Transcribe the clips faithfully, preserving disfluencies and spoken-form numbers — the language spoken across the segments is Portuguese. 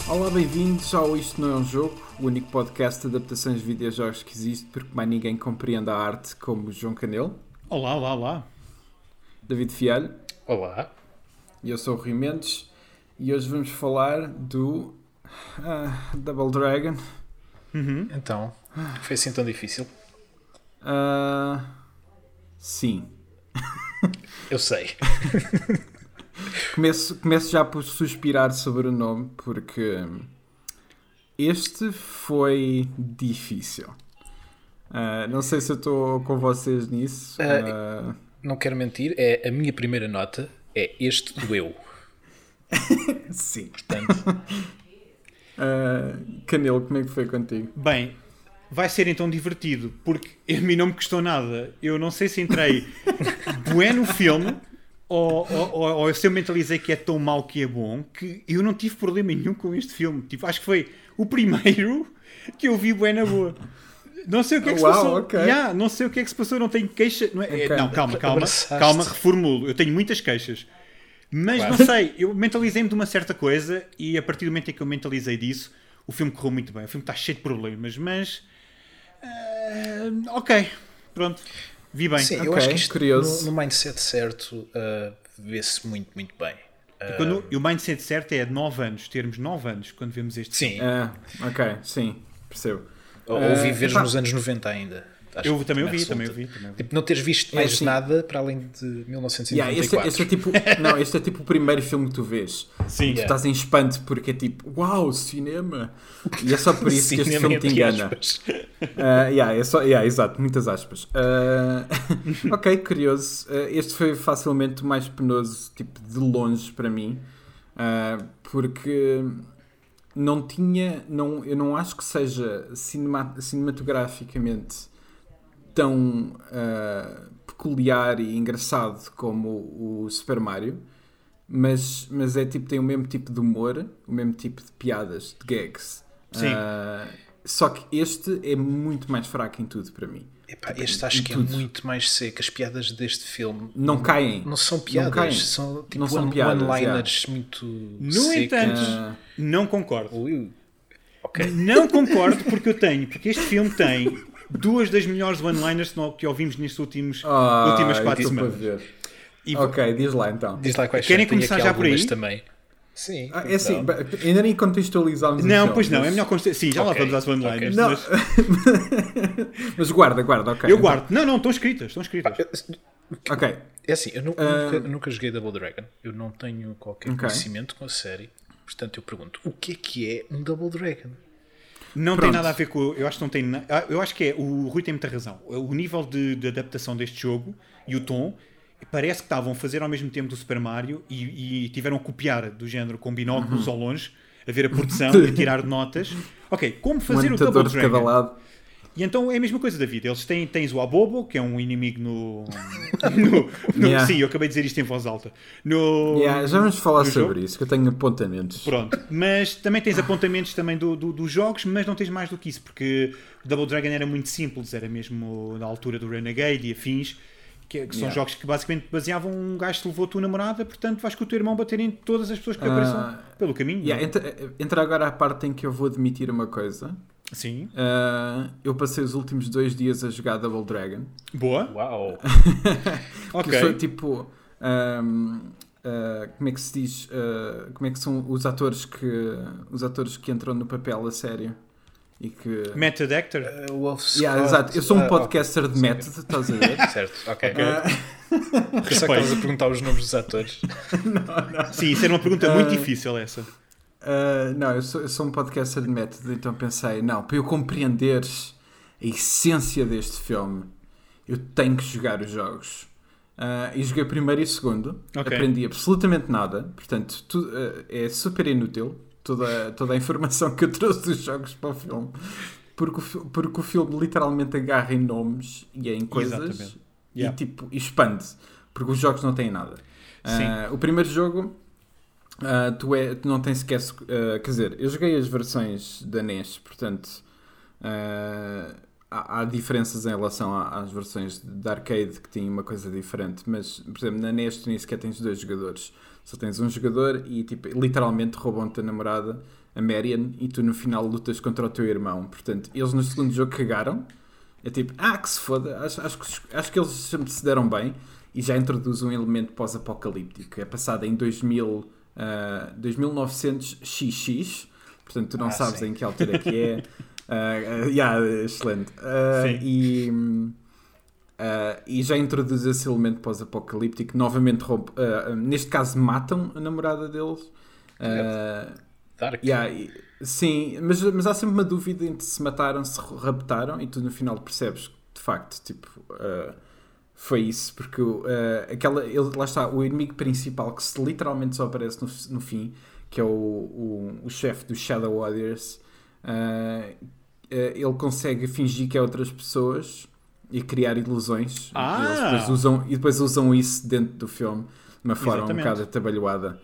Olá, bem-vindos ao Isto Não é um Jogo, o único podcast de adaptações de videojogos que existe porque mais ninguém compreende a arte como João Canelo. Olá, olá, olá. David Fialho. Olá. E eu sou o Rui Mendes e hoje vamos falar do uh, Double Dragon. Uhum. Então, foi assim tão difícil? Uh, sim. Eu sei. Começo, começo já por suspirar sobre o nome, porque este foi difícil. Uh, não sei se eu estou com vocês nisso. Uh, uh... Não quero mentir, é a minha primeira nota é este doeu. Sim. Portanto... Uh, Canelo, como é que foi contigo? Bem, vai ser então divertido, porque a mim não me custou nada. Eu não sei se entrei bué no filme... Ou, ou, ou se eu mentalizei que é tão mau que é bom, que eu não tive problema nenhum com este filme. Tipo, acho que foi o primeiro que eu vi bué na boa. Não sei o que é que Uau, se passou. Okay. Yeah, não sei o que é que se passou, não tenho queixa. Não, é, Okay. não calma, calma, Abraçaste. calma, reformulo. Eu tenho muitas queixas. Mas Claro. não sei, eu mentalizei-me de uma certa coisa e a partir do momento em que eu mentalizei disso, o filme correu muito bem. O filme está cheio de problemas, mas... Uh, ok, pronto. Vi bem. Sim, Okay, eu acho que isto curioso. no, no mindset certo uh, vê-se muito, muito bem. Uh, Quando, e o mindset certo é de nove anos, termos nove anos quando vemos este sim, Uh, ok, sim, percebo. ou, Uh, ou viveres epá. nos anos noventa ainda. Acho Eu que também o vi, resulta. também o vi, também o vi. Tipo, não teres visto É, mais sim. nada para além de mil novecentos e Yeah, noventa e este, quatro. este é tipo, não, este é tipo o primeiro filme que tu vês. Sim. E tu Yeah. estás em espanto porque é tipo, uau, cinema! E é só por isso que este Cinema, filme te entre engana. aspas. Uh, yeah, é só, yeah, exato, muitas aspas. Uh, ok, curioso. Uh, este foi facilmente o mais penoso, tipo, de longe para mim, uh, porque não tinha, não, eu não acho que seja cinema, cinematograficamente tão uh, peculiar e engraçado como o, o Super Mario, mas, mas é tipo, tem o mesmo tipo de humor, o mesmo tipo de piadas, de gags. Sim. Uh, só que este é muito mais fraco em tudo para mim. Epá, este acho Em que tudo. é muito mais seco. As piadas deste filme Não caem. não são Não piadas, caem. são tipo Não são one- piadas, one-liners muito No secos. entanto, Uh, não concordo. Ui. Ok. Não concordo porque eu tenho, porque este filme tem duas das melhores one-liners que ouvimos nestas últimos, ah, últimas quatro estou para semanas. ver. E Ok, diz lá então. Diz lá quais Querem são, tenho começar aqui já por algumas aí? também. Sim. Ah, é assim, então. ainda nem contextualizámos o Não, filme, pois não, mas- é melhor conste- Sim, já lá Ok, vamos às one-liners. Não, Mas mas guarda, guarda, ok. eu guardo. Não, não, estão escritas, estão escritas. Ok, É assim, eu, nu- Ah. nunca, nunca joguei Double Dragon. Eu não tenho qualquer Ok. conhecimento com a série. Portanto, eu pergunto, o que é que é um Double Dragon? Não Pronto. tem nada a ver com. Eu acho que não tem. na- ah, Eu acho que é. O Rui tem muita razão. O nível de, de adaptação deste jogo e o tom parece que estavam a fazer ao mesmo tempo do Super Mario e, e tiveram a copiar do género com binóculos ao longe, a ver a produção e a tirar notas. Ok, como um fazer o anotador Double de cada Dragon? lado. E então é a mesma coisa, David. Eles têm tens o Abobo, que é um inimigo no. no- no- Yeah. Sim, eu acabei de dizer isto em voz alta. No, Yeah, já vamos falar no sobre jogo. isso, que eu tenho apontamentos. Pronto, mas também tens apontamentos também do, do- dos jogos, mas não tens mais do que isso, porque o Double Dragon era muito simples, era mesmo na altura do Renegade e afins, que, que são Yeah. jogos que basicamente baseavam um gajo que levou a tua namorada, portanto vais com o teu irmão bater em todas as pessoas que Ah, apareçam pelo caminho. Yeah, não é? entra, entra agora a parte em que eu vou admitir uma coisa. Sim, Uh, eu passei os últimos dois dias a jogar Double Dragon. boa, Uau! Porque ok. eu sou tipo. um, uh, como é que se diz? Uh, como é que são os atores que. Os atores que entram no papel a sério? E que. Method Actor, Uh, Wolf Yeah, Scott, exato. Eu sou um ah, podcaster de método, estás a ver? oh, certo, ok. Uh, Pensava que estavas a perguntar os nomes dos atores. sim, isso era uma pergunta muito difícil essa. Uh, não, eu sou, eu sou um podcaster de método, então pensei, não, para eu compreender a essência deste filme, eu tenho que jogar os jogos. Uh, e joguei o primeiro e o segundo, Ok. aprendi absolutamente nada, portanto, tu, uh, é super inútil toda, toda a informação que eu trouxe dos jogos para o filme, porque o, fi- porque o filme literalmente agarra em nomes e em coisas Exatamente. e, Yeah. tipo, expande, porque os jogos não têm nada. Sim. Uh, o primeiro jogo. Uh, tu, é, tu não tens sequer. Uh, quer dizer, eu joguei as versões da N E S, portanto. Uh, há, há diferenças em relação às versões de arcade que tinham uma coisa diferente, mas, por exemplo, na N E S tu nem sequer tens dois jogadores. Só tens um jogador e, tipo, literalmente roubam-te a namorada, a Marion, e tu no final lutas contra o teu irmão. Portanto, eles no segundo jogo cagaram. É tipo, ah, que se foda. Acho, acho, que, acho que eles sempre se deram bem e já introduzem um elemento pós-apocalíptico. É passado em dois mil, uh, dois mil e novecentos X X. Portanto, tu não ah, sabes sim. em que altura que é. Uh, uh, yeah, excelente. Uh, e, uh, e já introduz esse elemento pós-apocalíptico. Novamente, rompe, uh, neste caso, matam a namorada deles. Uh, Dark. Yeah, sim, mas, mas há sempre uma dúvida entre se mataram, se raptaram, e tu no final percebes que de facto tipo, uh, foi isso, porque uh, aquela, ele, lá está, o inimigo principal que se literalmente só aparece no, no fim, que é o, o, o chefe dos Shadow Warriors, uh, uh, ele consegue fingir que é outras pessoas e criar ilusões, ah. e, eles depois usam, e depois usam isso dentro do filme de uma forma Exatamente. um bocado atabalhoada.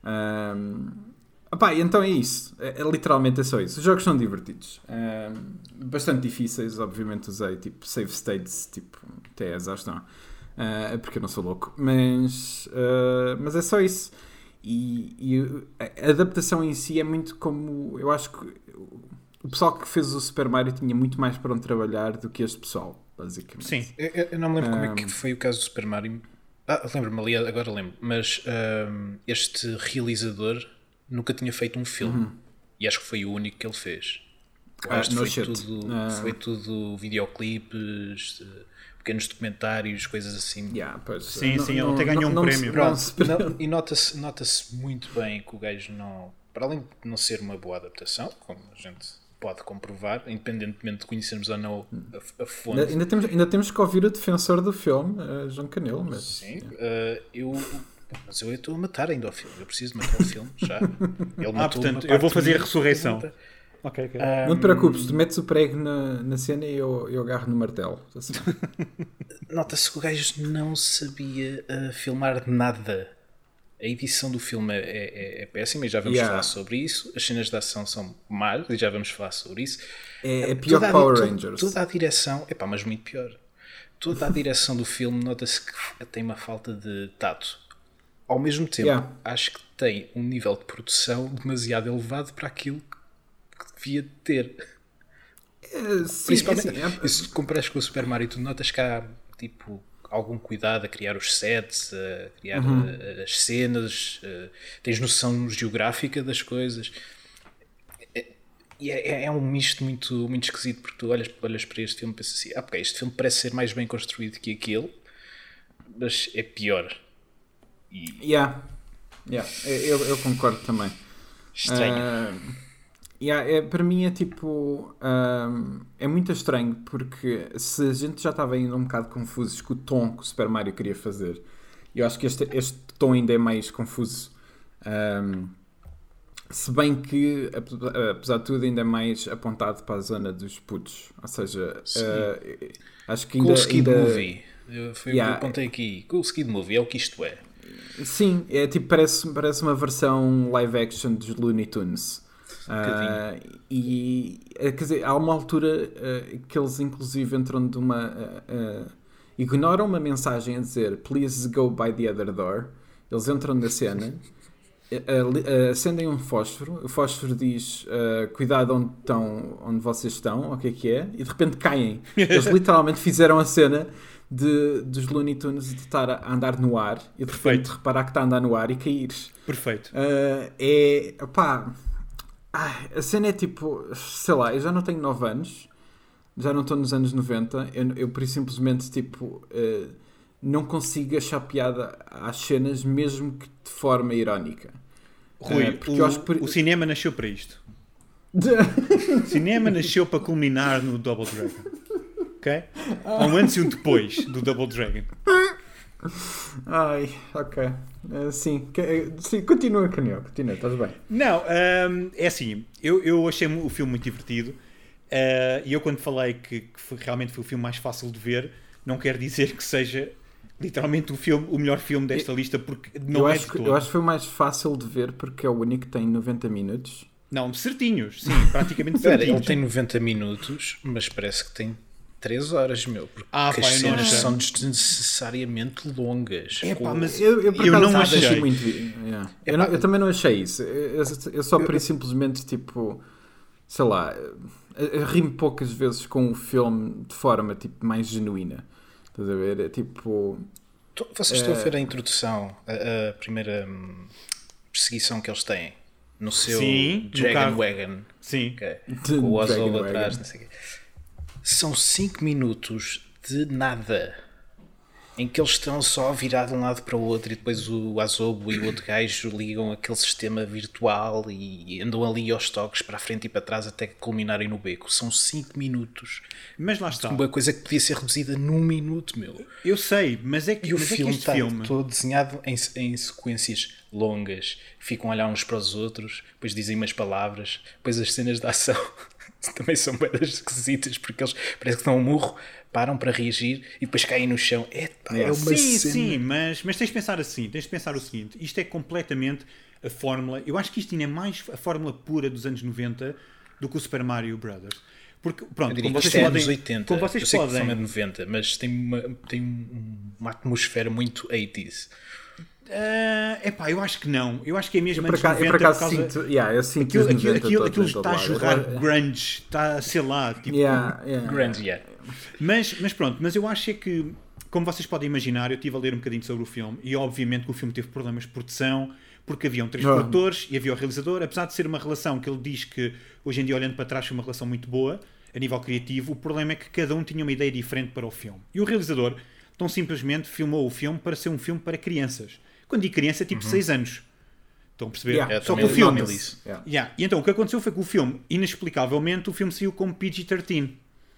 Um, Opá, então é isso, é, é, literalmente é só isso. Os jogos são divertidos, um, bastante difíceis, obviamente usei tipo save states, tipo até exaustão, uh, porque eu não sou louco, mas, uh, mas é só isso. E, e a adaptação em si é muito como, eu acho que o pessoal que fez o Super Mario tinha muito mais para onde trabalhar do que este pessoal, basicamente. Sim. Eu, eu não me lembro um, como é que foi o caso do Super Mario. Ah, lembro-me ali, agora lembro, mas um, este realizador nunca tinha feito um filme. Uhum. E acho que foi o único que ele fez. O resto ah, foi, tudo, uh... foi tudo videoclipes, pequenos documentários, coisas assim. Yeah, pois, sim, não, sim, não, ele até ganhou não, um não prémio. Se, não, não, e nota-se, nota-se muito bem que o gajo não... Para além de não ser uma boa adaptação, como a gente pode comprovar, independentemente de conhecermos ou não a, a fonte. Ainda, ainda, temos, ainda temos que ouvir o defensor do filme, uh, João Canelo. Mas, sim, uh, eu... Mas eu estou a matar ainda o filme. Eu preciso de matar o filme já. Ele ah, portanto, eu vou fazer a ressurreição. Ok, ok. Um, não te preocupes, tu metes o prego na, na cena e eu, eu agarro no martelo. Assim. Nota-se que o gajo não sabia uh, filmar nada. A edição do filme é, é, é péssima e já vamos yeah. falar sobre isso. As cenas de ação são más e já vamos falar sobre isso. É, é pior que Power Rangers. Toda, toda a direção, epá, mas muito pior. Toda a direção do filme nota-se que tem uma falta de tato. Ao mesmo tempo, yeah. acho que tem um nível de produção demasiado elevado para aquilo que devia ter. É, sim, Principalmente, é, sim, é. se comparas com o Super Mario, tu notas que há tipo, algum cuidado a criar os sets, a criar uhum. a, as cenas, a, tens noção geográfica das coisas. E é, é, é um misto muito, muito esquisito, porque tu olhas, olhas para este filme e pensas assim, ah, ok, este filme parece ser mais bem construído que aquele, mas é pior. E... Yeah. Yeah. Eu, eu concordo também. Estranho. Uh, yeah, é, para mim é tipo uh, é muito estranho, porque se a gente já estava ainda um bocado confusos com o tom que o Super Mario queria fazer, eu acho que este, este tom ainda é mais confuso, um, se bem que apesar de tudo ainda é mais apontado para a zona dos putos, ou seja, uh, acho que ainda... Cool Skid ainda... Movie, foi yeah. o que eu apontei aqui. Cool Skid Movie, é o que isto é. Sim, é tipo, parece, parece uma versão live action dos Looney Tunes. Uh, e quer dizer, há uma altura uh, que eles inclusive entram de uma uh, uh, ignoram uma mensagem a dizer please go by the other door. Eles entram na cena, uh, uh, acendem um fósforo, o fósforo diz uh, cuidado onde estão, onde vocês estão, o que é que é, e de repente caem. Eles literalmente fizeram a cena De, dos Looney Tunes de estar a andar no ar e de repente reparar que está a andar no ar e cair. Perfeito. Uh, é, opá, a cena é tipo, sei lá, eu já não tenho nove anos, já não estou nos anos noventa, eu, eu por simplesmente tipo, uh, não consigo achar piada às cenas, mesmo que de forma irónica. Rui, uh, porque o, eu acho que por... o cinema nasceu para isto. O cinema nasceu para culminar no Double Dragon. Ok? Há um antes e um depois do Double Dragon. Ai, ok. Uh, sim. sim, continua, Canel, continua, estás bem. Não, um, é assim, eu, eu achei o filme muito divertido uh, e eu quando falei que, que foi, realmente foi o filme mais fácil de ver, não quer dizer que seja literalmente o, filme, o melhor filme desta lista, porque não eu é acho de que, todo. Eu acho que foi mais fácil de ver porque é o único que tem noventa minutos. Não, certinhos, sim, praticamente certinhos. Ele tem noventa minutos, mas parece que tem três horas, meu. Porque Ah, as pá, eu não cenas achei. são desnecessariamente longas. É, pá, Com- mas Eu, eu, por Eu acaso, não acho achei. muito. Yeah. Eu, não- eu também não achei isso. Eu, eu só por isso simplesmente, tipo, sei lá, eu rimo poucas vezes com o filme de forma tipo, mais genuína. Estás a ver? É tipo. Tu- Vocês estão a ver a introdução, a, a primeira hum, perseguição que eles têm no seu Sim, no Dragon carro. Wagon, Sim. ok? De Com o Ozol Dragon atrás, Wagon. não sei o quê. São cinco minutos de nada em que eles estão só a virar de um lado para o outro e depois o Azobo e o outro gajo ligam aquele sistema virtual e andam ali aos toques para a frente e para trás até que culminarem no beco. São cinco minutos. Mas lá está. Uma coisa que podia ser reduzida num minuto, meu. Eu sei, mas é que, E o mas é que filme este está filme... todo desenhado em, em sequências longas. Ficam a olhar uns para os outros, depois dizem umas palavras, depois as cenas de ação também são bem esquisitas porque eles parece que dão um murro, param para reagir e depois caem no chão. É, pá, é uma Sim, cena. sim, mas, mas tens de pensar assim, tens de pensar o seguinte, isto é completamente a fórmula, eu acho que isto ainda é mais a fórmula pura dos anos noventa do que o Super Mario Brothers. Porque, pronto, Eu diria como que vocês isto é podem... anos oitenta. Como vocês Eu sei que o podem... filme é de noventa, mas tem uma, tem um- uma atmosfera muito oitenta. Ah, epá, eu acho que não. Eu acho que é mesmo Por antes acaso, de eu por noventa acaso por causa... sinto. Yeah, eu sinto Aquilo, os aquilo, noventa aquilo, todos aquilo em todo está a lado. jogar Agora- grunge, está, sei lá, tipo... Yeah, yeah. Grande, yeah. Mas, mas pronto, mas eu acho é que, como vocês podem imaginar, eu estive a ler um bocadinho sobre o filme e obviamente que o filme teve problemas de produção, porque haviam três Ah. produtores e havia o realizador, apesar de ser uma relação que ele diz que hoje em dia olhando para trás foi uma relação muito boa a nível criativo, o problema é que cada um tinha uma ideia diferente para o filme. E o realizador tão simplesmente filmou o filme para ser um filme para crianças. Quando digo criança é tipo seis anos. Estão a perceber? Yeah. É, Só que também o filme... nota-se isso. Yeah. Yeah. E então o que aconteceu foi que o filme, inexplicavelmente, o filme saiu como P G treze.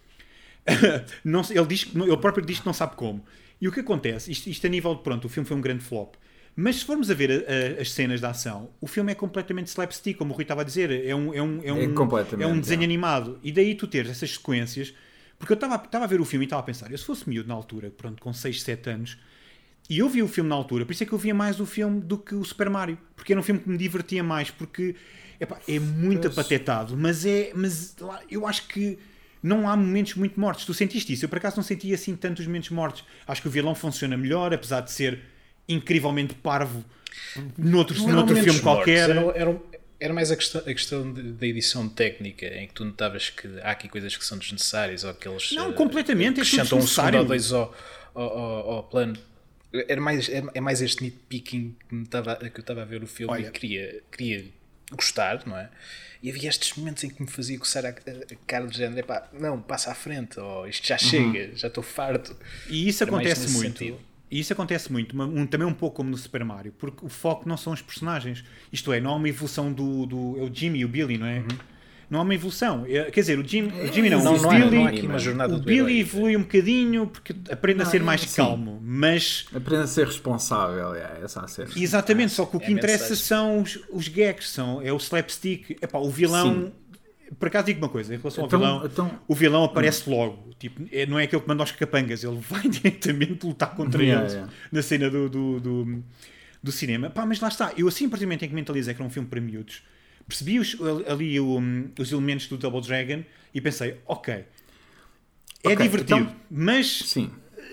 Não, ele, diz, que- ele próprio diz que não sabe como. E o que acontece? Isto, isto a nível de pronto, o filme foi um grande flop. Mas se formos a ver a- a- as cenas de ação, o filme é completamente slapstick, como o Rui estava a dizer. É um, é um, é um, É completamente, é um desenho é. animado. E daí tu teres essas sequências. Porque eu estava, estava a ver o filme e estava a pensar, eu se fosse miúdo na altura, pronto, com seis, sete anos, e eu vi o filme na altura, por isso é que eu via mais o filme do que o Super Mario. Porque era um filme que me divertia mais, porque epá, é muito Pois. apatetado, mas é. Mas lá, eu acho que não há momentos muito mortos. Tu sentiste isso? Eu por acaso não senti assim tantos momentos mortos. Acho que o vilão funciona melhor, apesar de ser incrivelmente parvo noutro, Não eram noutro momentos filme mortos, qualquer. Era, era, era mais a questão, a questão de- da edição técnica, em que tu notavas que há aqui coisas que são desnecessárias ou que eles Não, eh, completamente, é tudo acrescentam um segundo ou desnecessário. dois ao, ao, ao- ao plano. Era mais, é, é mais este nitpicking que, me estava, que eu estava a ver o filme Olha. e queria, queria gostar, não é? E havia estes momentos em que me fazia coçar a, a cara de género, epá, não, passa à frente, ou isto já chega, já estou farto. E isso Era mais acontece nesse muito. sentido. E isso acontece muito, uma- um- também um pouco como no Super Mario, porque o foco não são os personagens. Isto é, não há uma evolução do. do é o Jimmy e o Billy, não é? Não há uma evolução. É, quer dizer, o Jimmy, o Jimmy não, Não, o não há, Billy. não há aqui uma jornada o do Billy herói. evolui um bocadinho porque aprende a Não, ser é mais assim. calmo, mas. Aprenda a ser responsável, é essa a ser. Exatamente, só que o que é a interessa mensagem. são os, os gags, são, é o slapstick. Epá, o vilão. Por acaso digo uma coisa, em relação Então- ao vilão, então- o vilão aparece logo. Tipo, é- não é aquele que manda aos capangas, ele vai diretamente lutar contra Yeah, eles yeah. na cena do, do, do, do cinema. Pá, mas lá está, eu assim, praticamente, em que mentalizei que era um filme para miúdos, percebi os- ali o- os elementos do Double Dragon e pensei, ok, é Ok, divertido, então- mas Sim.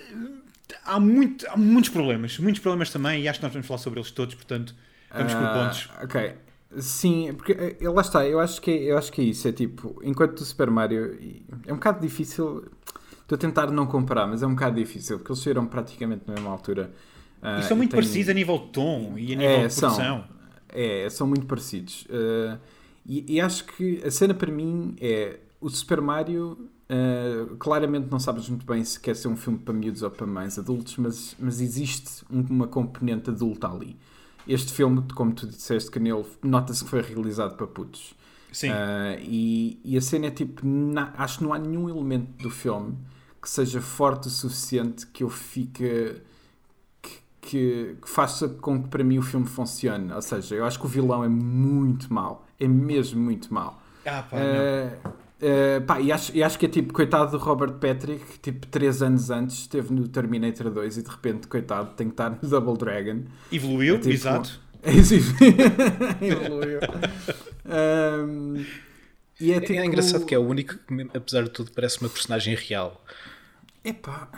há, muito, há muitos problemas, muitos problemas também, e acho que nós vamos falar sobre eles todos, portanto, vamos por Ah, pontos. Ok. Sim, porque eh, lá está, eu acho que é, eu acho que é isso, é tipo, enquanto o Super Mario e- é um bocado difícil, estou a tentar não comparar, mas é um bocado difícil, porque eles saíram praticamente na mesma altura. Ah, E são muito tem- parecidos a nível de tom e a nível É, de produção. são, é, são muito parecidos. Uh, e, e acho que a cena para mim é o Super Mario. Uh, claramente não sabes muito bem se quer ser um filme para miúdos ou para mais adultos, mas, mas existe um- uma componente adulta ali. Este filme, como tu disseste que nele, nota-se que foi realizado para putos. Sim. Uh, e, e a cena é tipo, na- acho que não há nenhum elemento do filme que seja forte o suficiente que eu fique que, que, que faça com que para mim o filme funcione. Ou seja, eu acho que o vilão é muito mau, é mesmo muito mau. Ah, pá, não. Uh, uh, pá, e, acho, e acho que é tipo, coitado do Robert Patrick, que tipo três anos antes esteve no Terminator dois e de repente, coitado, tem que estar no Double Dragon. Evoluiu, É tipo- exato. É isso. Evoluiu. Um, E é, É, tipo... é engraçado que é o único que, apesar de tudo, parece uma personagem real. Epá...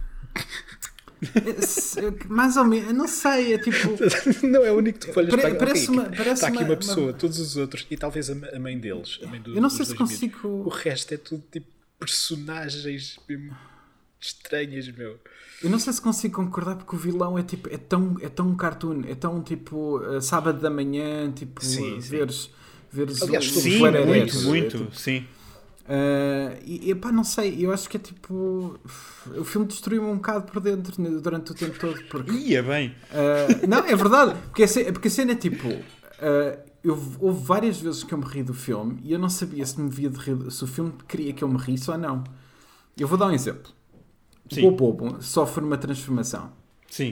mais ou menos, não sei, é tipo... Não é o único que tu olhas Pare- para parece ok, uma- parece está aqui uma- uma pessoa, uma- todos os outros, e talvez a ma- a mãe deles, a mãe do, Eu não sei dos se dois miúdos. consigo- O resto é tudo tipo personagens mesmo estranhas, meu. Eu não sei se consigo concordar porque o vilão é tipo, é tão, é tão cartoon, é tão tipo uh, sábado da manhã, tipo, Sim, uh, sim. veres, veres Aliás, os todos Sim, fuereretes. muito, muito, sim. Uh, e, e pá, não sei, eu acho que é tipo. O filme destruiu-me um bocado por dentro né, durante o tempo todo. Porque, Ia bem. uh, não, é verdade, porque a cena, porque a cena é tipo. Uh, eu, houve várias vezes que eu me ri do filme e eu não sabia se me via de rir, se o filme queria que eu me risse ou não. Eu vou dar um exemplo. Sim. O Bobo sofre uma transformação Sim.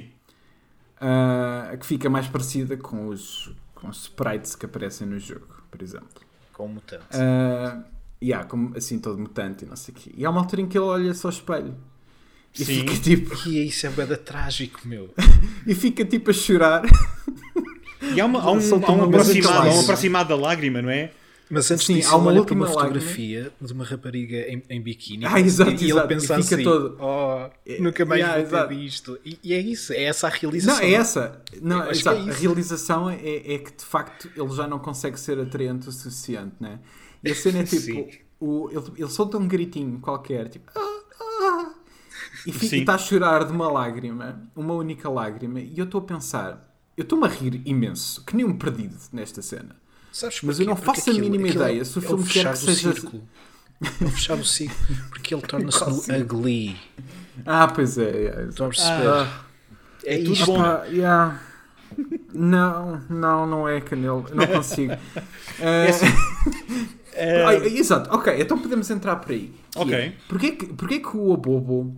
uh, que fica mais parecida com os, com os sprites que aparecem no jogo, por exemplo. Com um mutante. Uh, yeah, como, assim, todo mutante e não sei o quê. E há uma altura em que ele olha-se ao espelho e Sim. fica tipo E isso é bué trágico, meu. e fica tipo a chorar. E há, uma, há, um, Solta há, um uma aproximado, há um lágrima. aproximado da lágrima, não é? Mas antes Sim, disso, há uma ele olha para última uma lágrima. fotografia de uma rapariga em, em biquíni Ah, exato, e ele exato. pensa E fica assim, todo- oh, nunca mais Yeah, vou ter exato. isto. E, e é isso, é essa a realização. Não, é essa. Não, Eu acho que é exato. A isso. realização é, é que de facto ele já não consegue ser atraente o suficiente, né? E a cena é tipo, Sim. o, ele, ele solta um gritinho qualquer, tipo, "Ah, ah", e fica- Sim. e está a chorar de uma lágrima, uma única lágrima, e eu estou a pensar, eu estou-me a rir imenso, que nem um perdido nesta cena. Sabes Mas porquê? eu não Porque faço a aquilo- mínima aquilo é- ideia se o é filme quer fechar que o seja- círculo. É o fechar o ciclo. Porque ele torna-se Qual no círculo? ugly. Ah, pois é, é, é. Estão a perceber? Ah, é tudo isto. bom. Opa, yeah. Não, não, não é Canelo, não consigo. Eh, assim, É, Ah, exato, ok, então podemos entrar por aí. Que Ok. é, Porquê que, porquê que o Abobo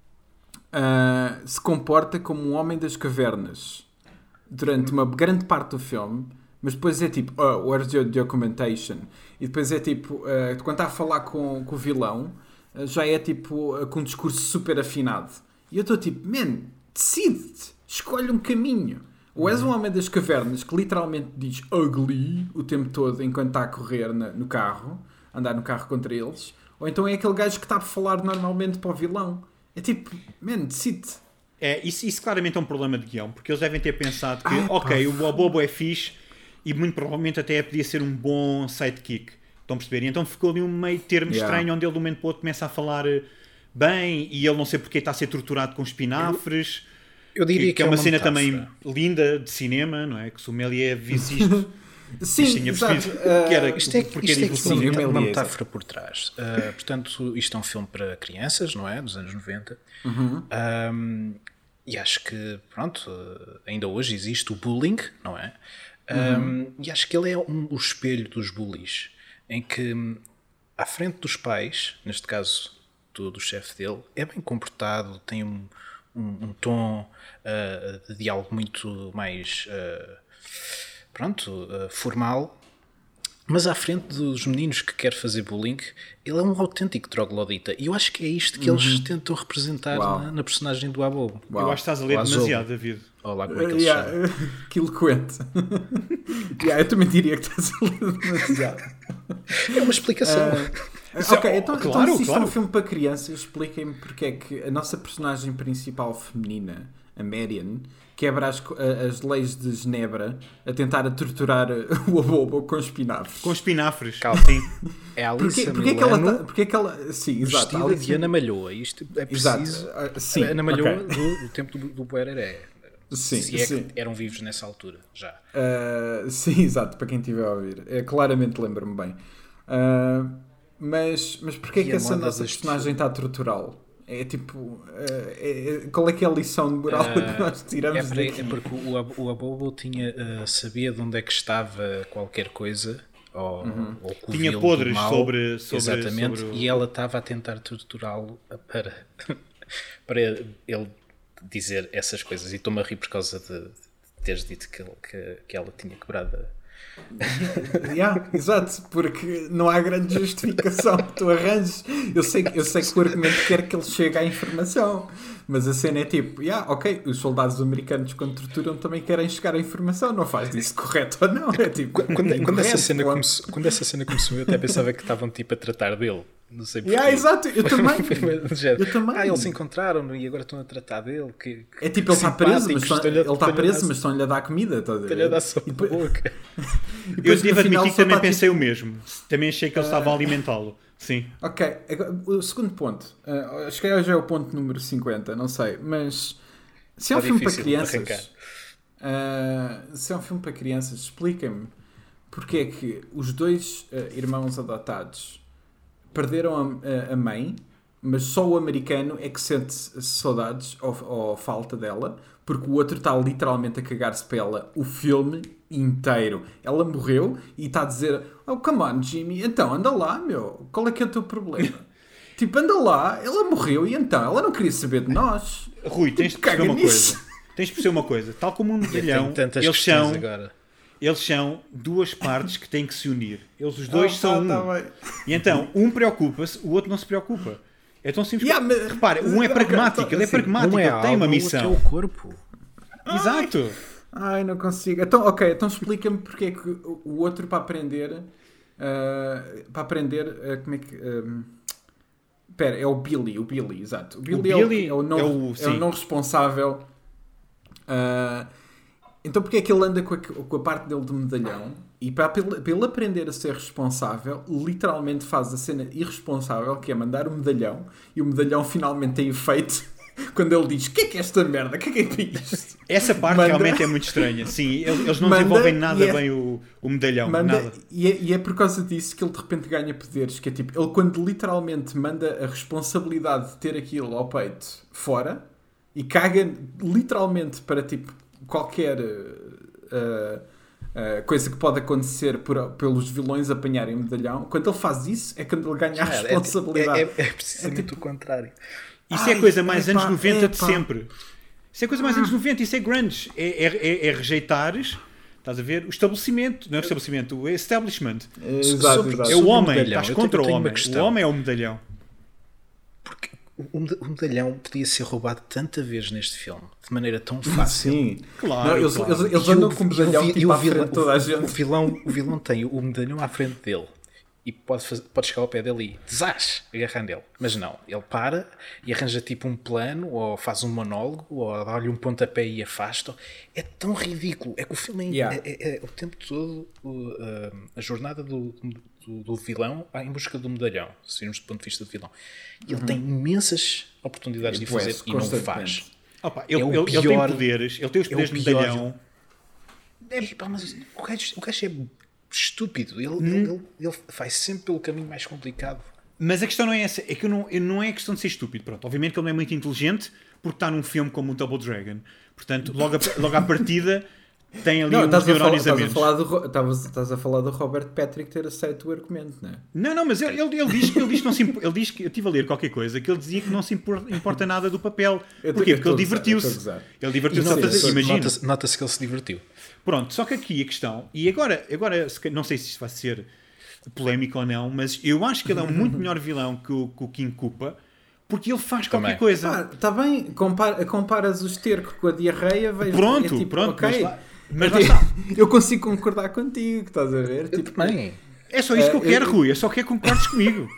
ah, se comporta como um homem das cavernas durante uma grande parte do filme, mas depois é tipo, oh, where's your documentation? E depois é tipo, ah, quando está a falar com, com o vilão, ah, já é tipo ah, com um discurso super afinado. E eu estou tipo, man, decide-te, escolhe um caminho. Ou és um homem das cavernas que literalmente diz ugly o tempo todo enquanto está a correr na- no carro, andar no carro contra eles, ou então é aquele gajo que está a falar normalmente para o vilão. É tipo, man, decide. é, isso, isso claramente é um problema de guião, porque eles devem ter pensado que, Ai, pá. ok, o Bobo é fixe e muito provavelmente até podia ser um bom sidekick. Estão a perceber? E então ficou ali um meio termo Yeah. estranho onde ele de um momento para o outro começa a falar eh, bem e ele não sei porque está a ser torturado com espinafres. Eu diria que, que, é uma, cena metáfora. também linda de cinema, não é? Que se o Méliès visse isto, Sim, isto tinha exato. percebido Ah, que era Isto é, o porquê isto é de aqui Sim, uma, o meta- uma Méliès, metáfora por trás. Uh, portanto, isto é um filme para crianças, não é? Dos anos noventa. Um, e acho que, pronto, uh, ainda hoje existe o bullying, não é? Um, E acho que ele é um, o espelho dos bullies, em que, hum, à frente dos pais, neste caso do, do chefe dele, é bem comportado, tem um, um, um tom uh, de diálogo muito mais, uh, pronto, uh, formal. Mas à frente dos meninos que quer fazer bullying, ele é um autêntico troglodita. E eu acho que é isto que eles tentam representar Uau. na, na personagem do Abobo. Uau. Eu acho que estás a ler O Azul. demasiado, David. Olha lá como é que Uh, ele se yeah, chama. uh, que eloquente. Yeah, eu também diria que estás a ler demasiado. É uma explicação. Isso é- Ok, oh, então, claro, então se isto é claro. um filme para crianças, expliquem-me porque é que a nossa personagem principal feminina, a Marion, quebra as, co- a- as leis de Genebra a tentar a torturar o Abobo com espinafres. Com espinafres. Calma. Sim. É a Alice Porquê, porquê, que ela Milano tá, porquê que ela... Sim, exato. vestida Alice- de Ana Malhoa. Isto é Exato. preciso. Ah, sim, Ana Malhoa ok. do, do tempo do, do Boereré. Sim, Se é sim. que eram vivos nessa altura, já. Uh, sim, exato, para quem estiver a ouvir. É, claramente lembro-me bem. Uh, mas, mas porquê é E que a essa moda nossa deste personagem está a torturá-lo? É tipo... uh, é- é- qual é que é a lição de moral que nós tiramos É, para- daqui? é porque o, Ab- o Abobo tinha, uh, sabia de onde é que estava qualquer coisa, ou, Uhum. ou que o Tinha vil do podres mal. sobre- sobre- Exatamente, sobre o- e ela estava a tentar torturá-lo para, para ele dizer essas coisas. E estou-me a rir por causa de, de teres dito que, ele- que, que ela tinha quebrado Yeah, exato, porque não há grande justificação que tu arranjes. Eu sei, eu sei que o argumento quer que ele chegue à informação, mas a cena é tipo, yeah, ok, os soldados americanos quando torturam também querem chegar à informação, não faz disso correto ou não. É tipo, quando, quando, essa cena começou, quando essa cena começou, eu até pensava que estavam tipo a tratar dele. Não sei porquê. Yeah, exato, eu também. eu também. Ah, eles se encontraram e agora estão a tratar dele. Que, que, é tipo, ele está preso, mas estão, ele está preso, mas estão-lhe a dar comida. Estão-lhe a dar sopa de boca. Eu devo admitir que também pensei tipo... o mesmo. Também achei que eles estavam a alimentá-lo. Sim. Ok, o segundo ponto. Uh, acho que hoje é o ponto número cinquenta, não sei. Mas se é um filme para crianças. Uh, se é um filme para crianças, explica-me porque é que os dois uh, irmãos adotados perderam a, a mãe, mas só o americano é que sente saudades ou, ou falta dela, porque o outro está literalmente a cagar-se para ela o filme inteiro. Ela morreu e está a dizer: oh, come on, Jimmy, então anda lá, meu, qual é que é o teu problema? Tipo, anda lá, ela morreu e então ela não queria saber de nós. Rui, tens de perceber uma coisa. Tens de perceber uma coisa. Tal como um medalhão, eles são, agora. eles são duas partes que têm que se unir. Eles os dois oh, são tá, um. Tá e então, um preocupa-se, o outro não se preocupa. É tão simples. Yeah, mas... Repara, um é pragmático, ele é pragmático, ele tem uma missão. É o corpo. Exato. Ai, não consigo. Então, ok, então explica-me porque é que o outro para aprender, uh, para aprender, uh, como é que... Espera, um, é o Billy, o Billy, exato. O Billy, o Billy é, o, é, o não, é, o, é o não responsável. Uh, então porque é que ele anda com a, com a parte dele do medalhão e para, para ele aprender a ser responsável, literalmente faz a cena irresponsável, que é mandar o medalhão, e o medalhão finalmente tem efeito quando ele diz: o que é que é esta merda? O que é que é isto? Essa parte manda, realmente é muito estranha. Sim, eles não manda, desenvolvem nada é, bem o, o medalhão. Manda, nada. E, é, e é por causa disso que ele de repente ganha poderes. Que é tipo, ele quando literalmente manda a responsabilidade de ter aquilo ao peito fora e caga literalmente para tipo qualquer uh, uh, coisa que pode acontecer por, pelos vilões apanharem o medalhão, quando ele faz isso é quando ele ganha a responsabilidade. É, é, é precisamente é tipo, o contrário. Isso Ai, é a coisa mais epa, anos noventa epa. de sempre. Isso é a coisa mais ah. anos noventa, isso é grunge. É, é, é, é rejeitares, estás a ver, o estabelecimento, não é o estabelecimento, o establishment. É, exato, exato. É o homem, estás contra o homem. O homem é o medalhão. Porque o medalhão podia ser roubado tanta vez neste filme, de maneira tão fácil. Sim, claro. Não, eles, claro. eles, eles andam com o medalhão e o, tipo o, à frente de toda a gente. O vilão, o vilão tem o medalhão à frente dele. E pode, fazer, pode chegar ao pé dele e desás, agarrar nele. Mas não, ele para e arranja tipo um plano, ou faz um monólogo, ou dá-lhe um pontapé e afasta. É tão ridículo. É que o filme é, yeah. é, é, é o tempo todo o, a, a jornada do, do, do vilão em busca do medalhão, se virmos do ponto de vista do vilão. E ele uhum. tem imensas oportunidades de fazer e não o faz. Opa, ele, é ele, pior, ele tem poderes, ele tem os poderes é de medalhão. É, pá, mas o gajo, o gajo é estúpido, ele, hum. ele, ele vai sempre pelo caminho mais complicado. Mas a questão não é essa, é que eu não, eu não é questão de ser estúpido. Pronto, obviamente que ele não é muito inteligente porque está num filme como o Double Dragon, portanto logo, a, logo à partida tem ali não, uns neurónios a menos. Estás a falar do Robert Patrick ter aceito o argumento, não é? Não, não, mas ele, ele, ele diz que ele diz que não se ele diz que eu estive a ler qualquer coisa que ele dizia que não se importa nada do papel. Porquê? Porque ele divertiu-se. Ele divertiu-se a fazer, imagina. Nota-se, nota-se que ele se divertiu. Pronto, só que aqui a questão, e agora, agora não sei se isto vai ser polémico ou não, mas eu acho que ele é um muito melhor vilão que o, que o King Koopa, porque ele faz Também. qualquer coisa. Está ah, bem, compara, comparas o esterco com a diarreia, vejo, pronto, é tipo, pronto, okay, mas, mas lá está. Eu consigo concordar contigo, estás a ver? Eu tipo, também. É só isso que eu quero, eu... Rui, é só que concordes comigo.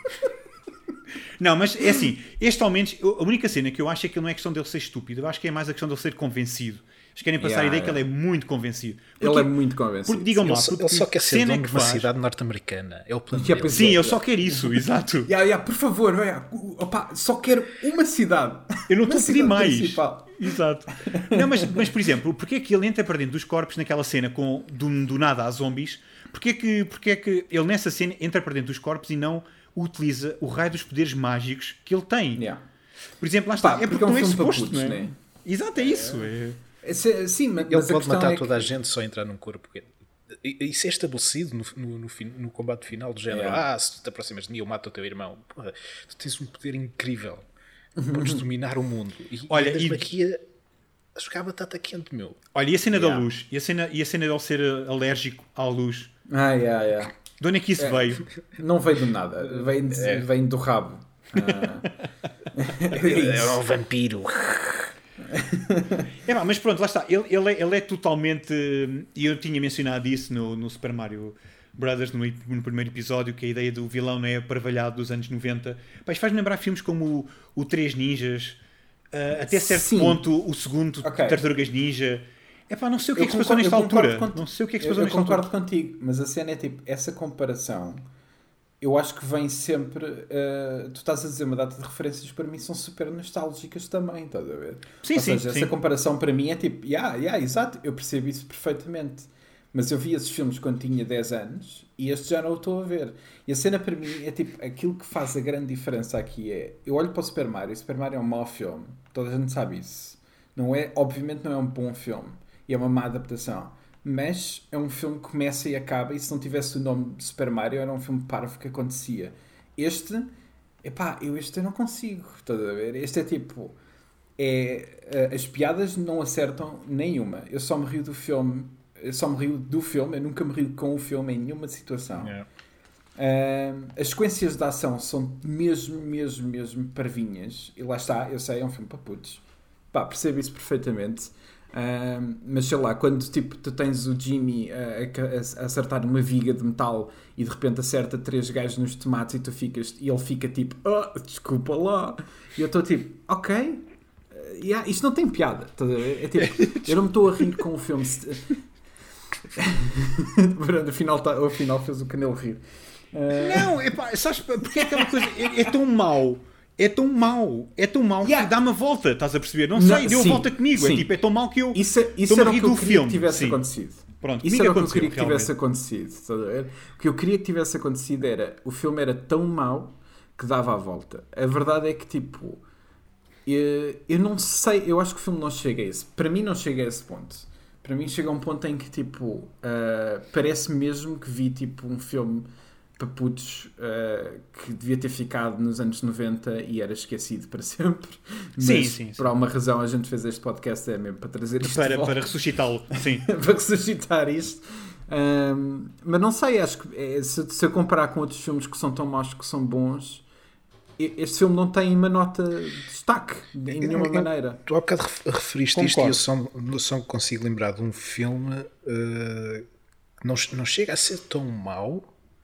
Não, mas é assim, este ao menos, a única cena que eu acho é que não é questão dele ser estúpido, eu acho que é mais a questão dele ser convencido. Eles querem passar yeah, a ideia yeah. que ele é muito convencido. Porque, ele é muito convencido. Porque, digam lá, ele, porque ele só quer ser dono que de uma faz... cidade norte-americana. É o plano yeah, dele. Sim, eu só quero isso, exato. Yeah, yeah, por favor, yeah. Opa, só quero uma cidade. Eu não estou a pedir mais. Principal. Exato. Não, mas, mas, por exemplo, porque é que ele entra para dentro dos corpos naquela cena com do, do nada a zombies? Porque é, que, porque é que ele nessa cena entra para dentro dos corpos e não utiliza o raio dos poderes mágicos que ele tem? Yeah. Por exemplo, lá está. Pá, é porque, porque é um não é suposto, putos, não é? Né? Exato, é isso. É... É, sim, mas, ele mas pode matar é toda que... a gente só entrar num corpo. Isso é estabelecido no, no, no, no combate final do género. Yeah. Ah, se tu te aproximas de mim, eu mato o teu irmão. Porra, tu tens um poder incrível. Podes dominar o mundo. E, Olha, e, e... aqui a, a jogar batata quente, meu. Olha, e a cena Yeah. da luz? E a cena, e a cena dele ser uh, alérgico à luz? Ah, yeah, yeah. De onde é que isso É. veio? Não veio do nada, vem, de- É. vem do rabo. Ah. É um vampiro. É, pá, mas pronto, lá está. Ele, ele, é, ele é totalmente. E eu tinha mencionado isso no, no Super Mario Brothers no, no primeiro episódio, que a ideia do vilão não é parvalhado dos anos noventa. Pá, isto faz-me lembrar filmes como o, o Três Ninjas, uh, até certo Sim. ponto o segundo Ok. Tartarugas Ninja. É pá, não sei o que é Eu que se passou concordo- nesta eu concordo altura. conti- Não sei o que é que se Eu, passou eu nesta concordo altura. contigo, mas a cena é tipo, essa comparação, eu acho que vem sempre. Uh, tu estás a dizer uma data de referências para mim são super nostálgicas também, estás a ver? Sim, Ou sim, seja, sim. essa comparação para mim é tipo, yeah, yeah, exato, eu percebo isso perfeitamente. Mas eu vi esses filmes quando tinha dez anos e este já não o estou a ver. E a cena para mim é tipo, aquilo que faz a grande diferença aqui é, eu olho para o Super Mario, o Super Mario é um mau filme, toda a gente sabe isso. Não é, obviamente não é um bom filme e é uma má adaptação. Mas é um filme que começa e acaba, e se não tivesse o nome de Super Mario era um filme parvo que acontecia. Este, epá, eu este eu não consigo, estás a ver? Este é tipo, é, as piadas não acertam nenhuma. Eu só me rio do filme, eu só me rio do filme, eu nunca me rio com o filme em nenhuma situação. Yeah. Uh, as sequências de ação são mesmo, mesmo, mesmo parvinhas. E lá está, eu sei, é um filme para putos. Pá, percebo isso perfeitamente. Uh, mas sei lá, quando tipo, tu tens o Jimmy uh, a, a acertar uma viga de metal e de repente acerta três gajos nos tomates e tu ficas, e ele fica tipo, oh, desculpa lá. E eu estou tipo, ok, uh, yeah, isto não tem piada. Estás a ver? É tipo, eu não me estou a rir com o filme. afinal, tá, afinal fez o Canelo rir. Uh... Não, epá, sabes porque é aquela coisa, é, é tão mau, é tão mau, é tão mau Yeah. que dá-me a volta, estás a perceber? Não Não, sei, deu a sim, volta comigo, sim. é tipo, é tão mau que eu Isso, isso estou-me era a o rir que eu do queria filme. que tivesse Sim. acontecido. Pronto, Isso comigo era o que eu aconteceu, queria que tivesse realmente. acontecido. Estás a ver? O que eu queria que tivesse acontecido era, o filme era tão mau que dava a volta. A verdade é que tipo, eu, eu não sei, eu acho que o filme não chega a esse. Para mim não chega a esse ponto. Para mim chega a um ponto em que tipo, uh, parece mesmo que vi tipo um filme para putos uh, que devia ter ficado nos anos noventa e era esquecido para sempre. Mas Sim, sim, sim. por alguma razão a gente fez este podcast é mesmo para trazer isto de Para, volta. para ressuscitá-lo, sim. para ressuscitar isto. Um, mas não sei, acho que é, se, se eu comparar com outros filmes que são tão maus que são bons, este filme não tem uma nota de destaque de nenhuma Eu- maneira. Tu há bocado ref- referiste isto e Concordo. eu só, eu só consigo lembrar de um filme uh, que não, não chega a ser tão mau,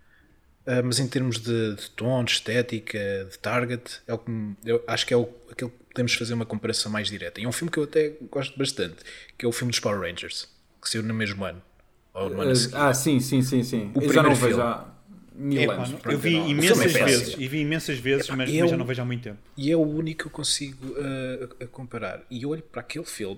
uh, mas em termos de, de tom, de estética, de target, é o que me- eu acho que é o, aquele que podemos fazer uma comparação mais direta. E é um filme que eu até gosto bastante, que é o filme dos Power Rangers, que saiu no mesmo ano. Ou no ano a seguir. Ah, sim, sim, sim, sim. O eu já não primeiro vejo filme. há mil Epá, anos. não- eu pronto, vi não- imensas filme é péssimo. vezes, e vi imensas vezes, Epá, mas, é mas já um- não vejo há muito tempo. E é o único que eu consigo uh, a comparar. E eu olho para aquele filme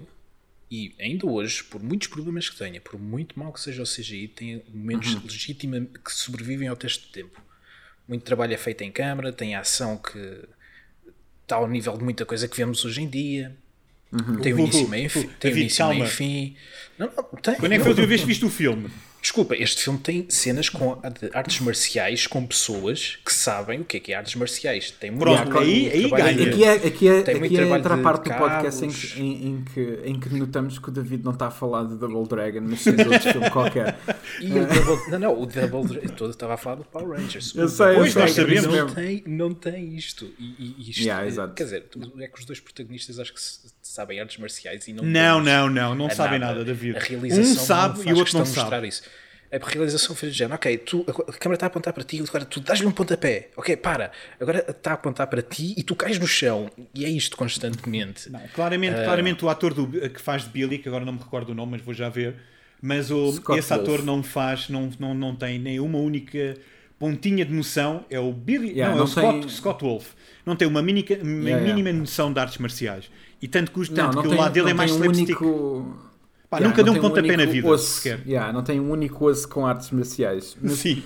e ainda hoje, por muitos problemas que tenha, por muito mal que seja o C G I, tem momentos Uhum. legítimos que sobrevivem ao teste de tempo. Muito trabalho é feito em câmara, tem ação que está ao nível de muita coisa que vemos hoje em dia. Tem o início, meio e fim. Tem o David, início, meio e calma. fim. Não, não, tem. Quando é que foi a última vez que viste o filme? Desculpa, este filme tem cenas com de artes marciais com pessoas que sabem o que é que é artes marciais. Tem muito Pronto, aí- aí trabalho ganha. de- Aqui é, aqui é, Tem muito aqui é trabalho entra a de parte do podcast em cabos. que, em, em que, em que notamos que o David não está a falar de Double Dragon, mas sim de outro filme qualquer. E o Double, não, não, o Double eu todo estava a falar do Power Rangers. Eu O sei, Double eu sei, Dragon sabemos não mesmo. tem, não tem isto. E, e- e isto Yeah, é- exato. quer dizer, é que os dois protagonistas acho que se- sabem artes marciais e não Não, têm não, não, não a sabem nada, David. A realização Um sabe não e o faz outro não questão de mostrar sabe. isso. A realização fez de género, ok, tu, a a câmera está a apontar para ti, agora tu dás-lhe um pontapé, ok, para, agora está a apontar para ti e tu cais no chão, e é isto constantemente. Não, claramente, claramente o ator do, que faz de Billy, que agora não me recordo o nome, mas vou já ver, mas o, Scott esse ator Wolf. não faz, não, não, não tem nem uma única pontinha de noção, é o Billy, Yeah, não, é o não Scott, tem- Scott Wolf, não tem uma, mínica, uma Yeah, mínima noção de artes marciais, e tanto que, os- Não, tanto não que tem, o lado dele não é mais tem um slapstick. único... Pá, Yeah, nunca deu não um tem pontapé na único vida, osso, sequer. yeah, não tem um único osso com artes marciais. Mas, Sim.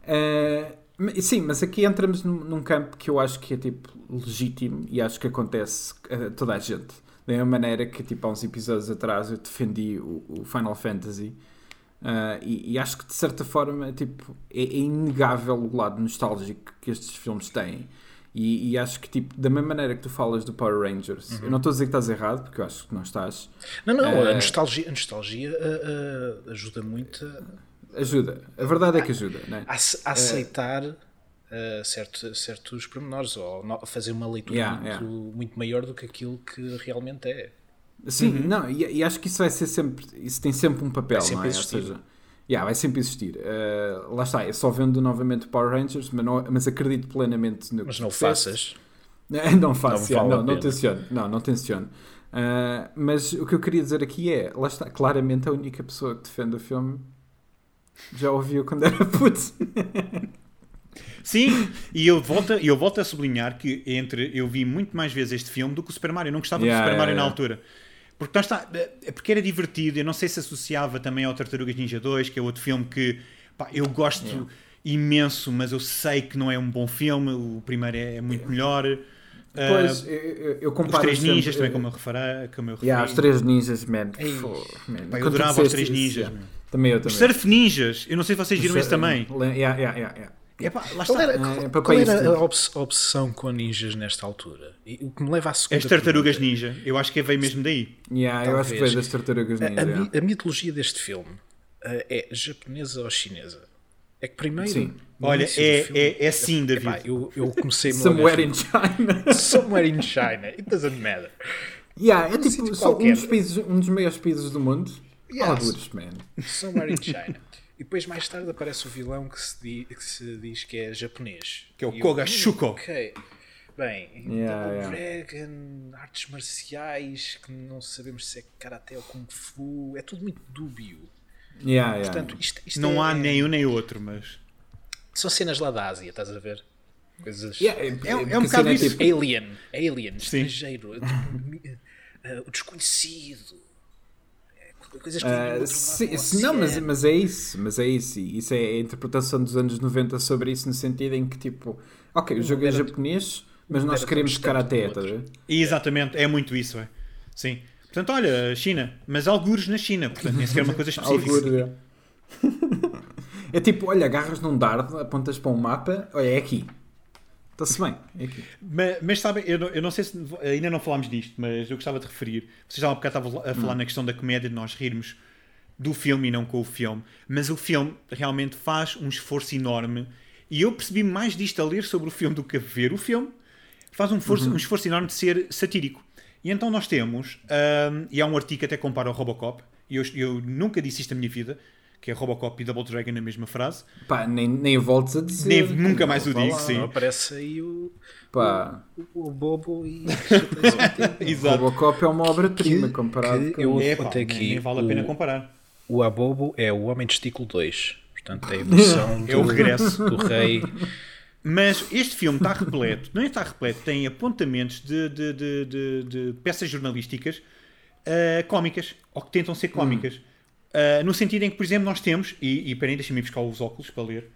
Uh, mas- sim, mas aqui entramos num, num campo que eu acho que é tipo legítimo e acho que acontece a toda a gente. Da mesma maneira que tipo, há uns episódios atrás eu defendi o, o Final Fantasy uh, e, e acho que de certa forma tipo, é, é inegável o lado nostálgico que estes filmes têm. E, e acho que, tipo, da mesma maneira que tu falas do Power Rangers, uhum. eu não estou a dizer que estás errado, porque eu acho que não estás. Não, não, uh, a nostalgia, a nostalgia uh, uh, ajuda muito a... Ajuda. A verdade é que ajuda, não é? A, a aceitar uh, certo, certos pormenores, ou a fazer uma leitura yeah, muito, yeah. muito maior do que aquilo que realmente é. Sim, uhum. não, e, e acho que isso vai ser sempre, isso tem sempre um papel, vai sempre não é? existir. Ou seja, yeah, vai sempre existir. Uh, lá está, eu só vendo novamente Power Rangers, mas, não, mas acredito plenamente no Mas que não disseste. faças. Não faço, não, yeah, vale não, não tenciono. Não, não tenciono. Uh, mas o que eu queria dizer aqui é, lá está, claramente a única pessoa que defende o filme já ouviu quando era puto. Sim, e eu volto, eu volto a sublinhar que entre eu vi muito mais vezes este filme do que o Super Mario. Eu não gostava yeah, do Super Mario yeah, na yeah. altura. Porque, está, porque era divertido. Eu não sei se associava também ao Tartarugas Ninja dois, que é outro filme que pá, eu gosto yeah. imenso, mas eu sei que não é um bom filme. O primeiro é, é muito yeah. melhor. Pois, uh, eu, eu, eu comparo Os Três sempre, Ninjas, também, eu, como eu referi. Como eu referi. Yeah, os Três Ninjas, man. Ei, Pô, man. Pá, eu adorava os Três Ninjas. Yeah. Também eu também. Os Surf Ninjas, eu não sei se vocês viram Sur- esse também. Yeah, yeah, yeah, yeah. Epá, lá Qual está. era, É, qual, papai, qual era isto- a obs- a obsessão com ninjas nesta altura? E o que me leva à segunda As Tartarugas pergunta. Ninja. Eu acho que veio mesmo daí. Yeah, eu acho que Talvez. veio das Tartarugas A, Ninja. a, yeah. mi- a mitologia deste filme uh, é japonesa ou chinesa? É que primeiro... Sim. no Olha, início é- do filme- é- é sim, David. Epá, eu, eu comecei a Somewhere in China. Somewhere in China. It doesn't matter. Yeah, é Um tipo sítio só um qualquer. dos, países, um dos maiores países do mundo. Yes. Algures, man. Somewhere in China. E depois mais tarde aparece o vilão que se, di- que se diz que é japonês. Que é o E eu, Koga hum, Shuko. Ok. Bem, Yeah, Double yeah. Dragon, artes marciais, que não sabemos se é karate ou kung fu. É tudo muito dúbio. Yeah, yeah. Portanto, isto, isto Não é, há nem um nem outro, mas... São cenas lá da Ásia, estás a ver? Coisas... Yeah, É- é um porque a bocado cena é isso. tipo- Alien, Alien, Sim. estrangeiro, tipo, uh, o desconhecido, é, coisas que Ah, vêm do outro sim, lado do sim, não, mas, oceano. mas é isso, mas é isso. E isso é a interpretação dos anos noventa sobre isso, no sentido em que, tipo, ok, o jogo é era- japonês, mas não nós era queremos tão distante karaté, do estás a ver? outro. Exatamente, é muito isso, é. Sim. Portanto, olha, China. Mas algures na China, portanto, nem sequer é uma coisa específica. Algures, é. É tipo, olha, agarras num dardo, apontas para um mapa, olha, é aqui. Está-se bem, é aqui. Mas, mas sabem, eu, não- eu não sei se ainda não falámos disto, mas eu gostava de referir. Vocês já há um bocado estavam a falar na questão da comédia, de nós rirmos do filme e não com o filme. Mas o filme realmente faz um esforço enorme. E eu percebi mais disto a ler sobre o filme do que a ver o filme. Faz um, forço- um esforço enorme de ser satírico. E então nós temos, hum, e há um artigo que até compara o Robocop, e eu, eu nunca disse isto na minha vida, que é Robocop e Double Dragon na mesma frase. Pá, nem, nem voltes a dizer. Nem- nunca mais o Vá digo, lá. sim. Não aparece aí o, Pá, o, o Bobo e... Exato. Robocop é uma obra-prima Que- comparado que com... eu- É, pá, até nem, aqui nem vale a pena o- comparar. O Abobo é o Homem Testículo dois. Portanto, é a evolução É o do, regresso. do rei. Mas este filme está repleto, não é está repleto, tem apontamentos de, de, de, de, de peças jornalísticas uh, cómicas, ou que tentam ser cómicas. Uh, no sentido em que, por exemplo, nós temos, e, e peraí, deixa-me ir buscar os óculos para ler,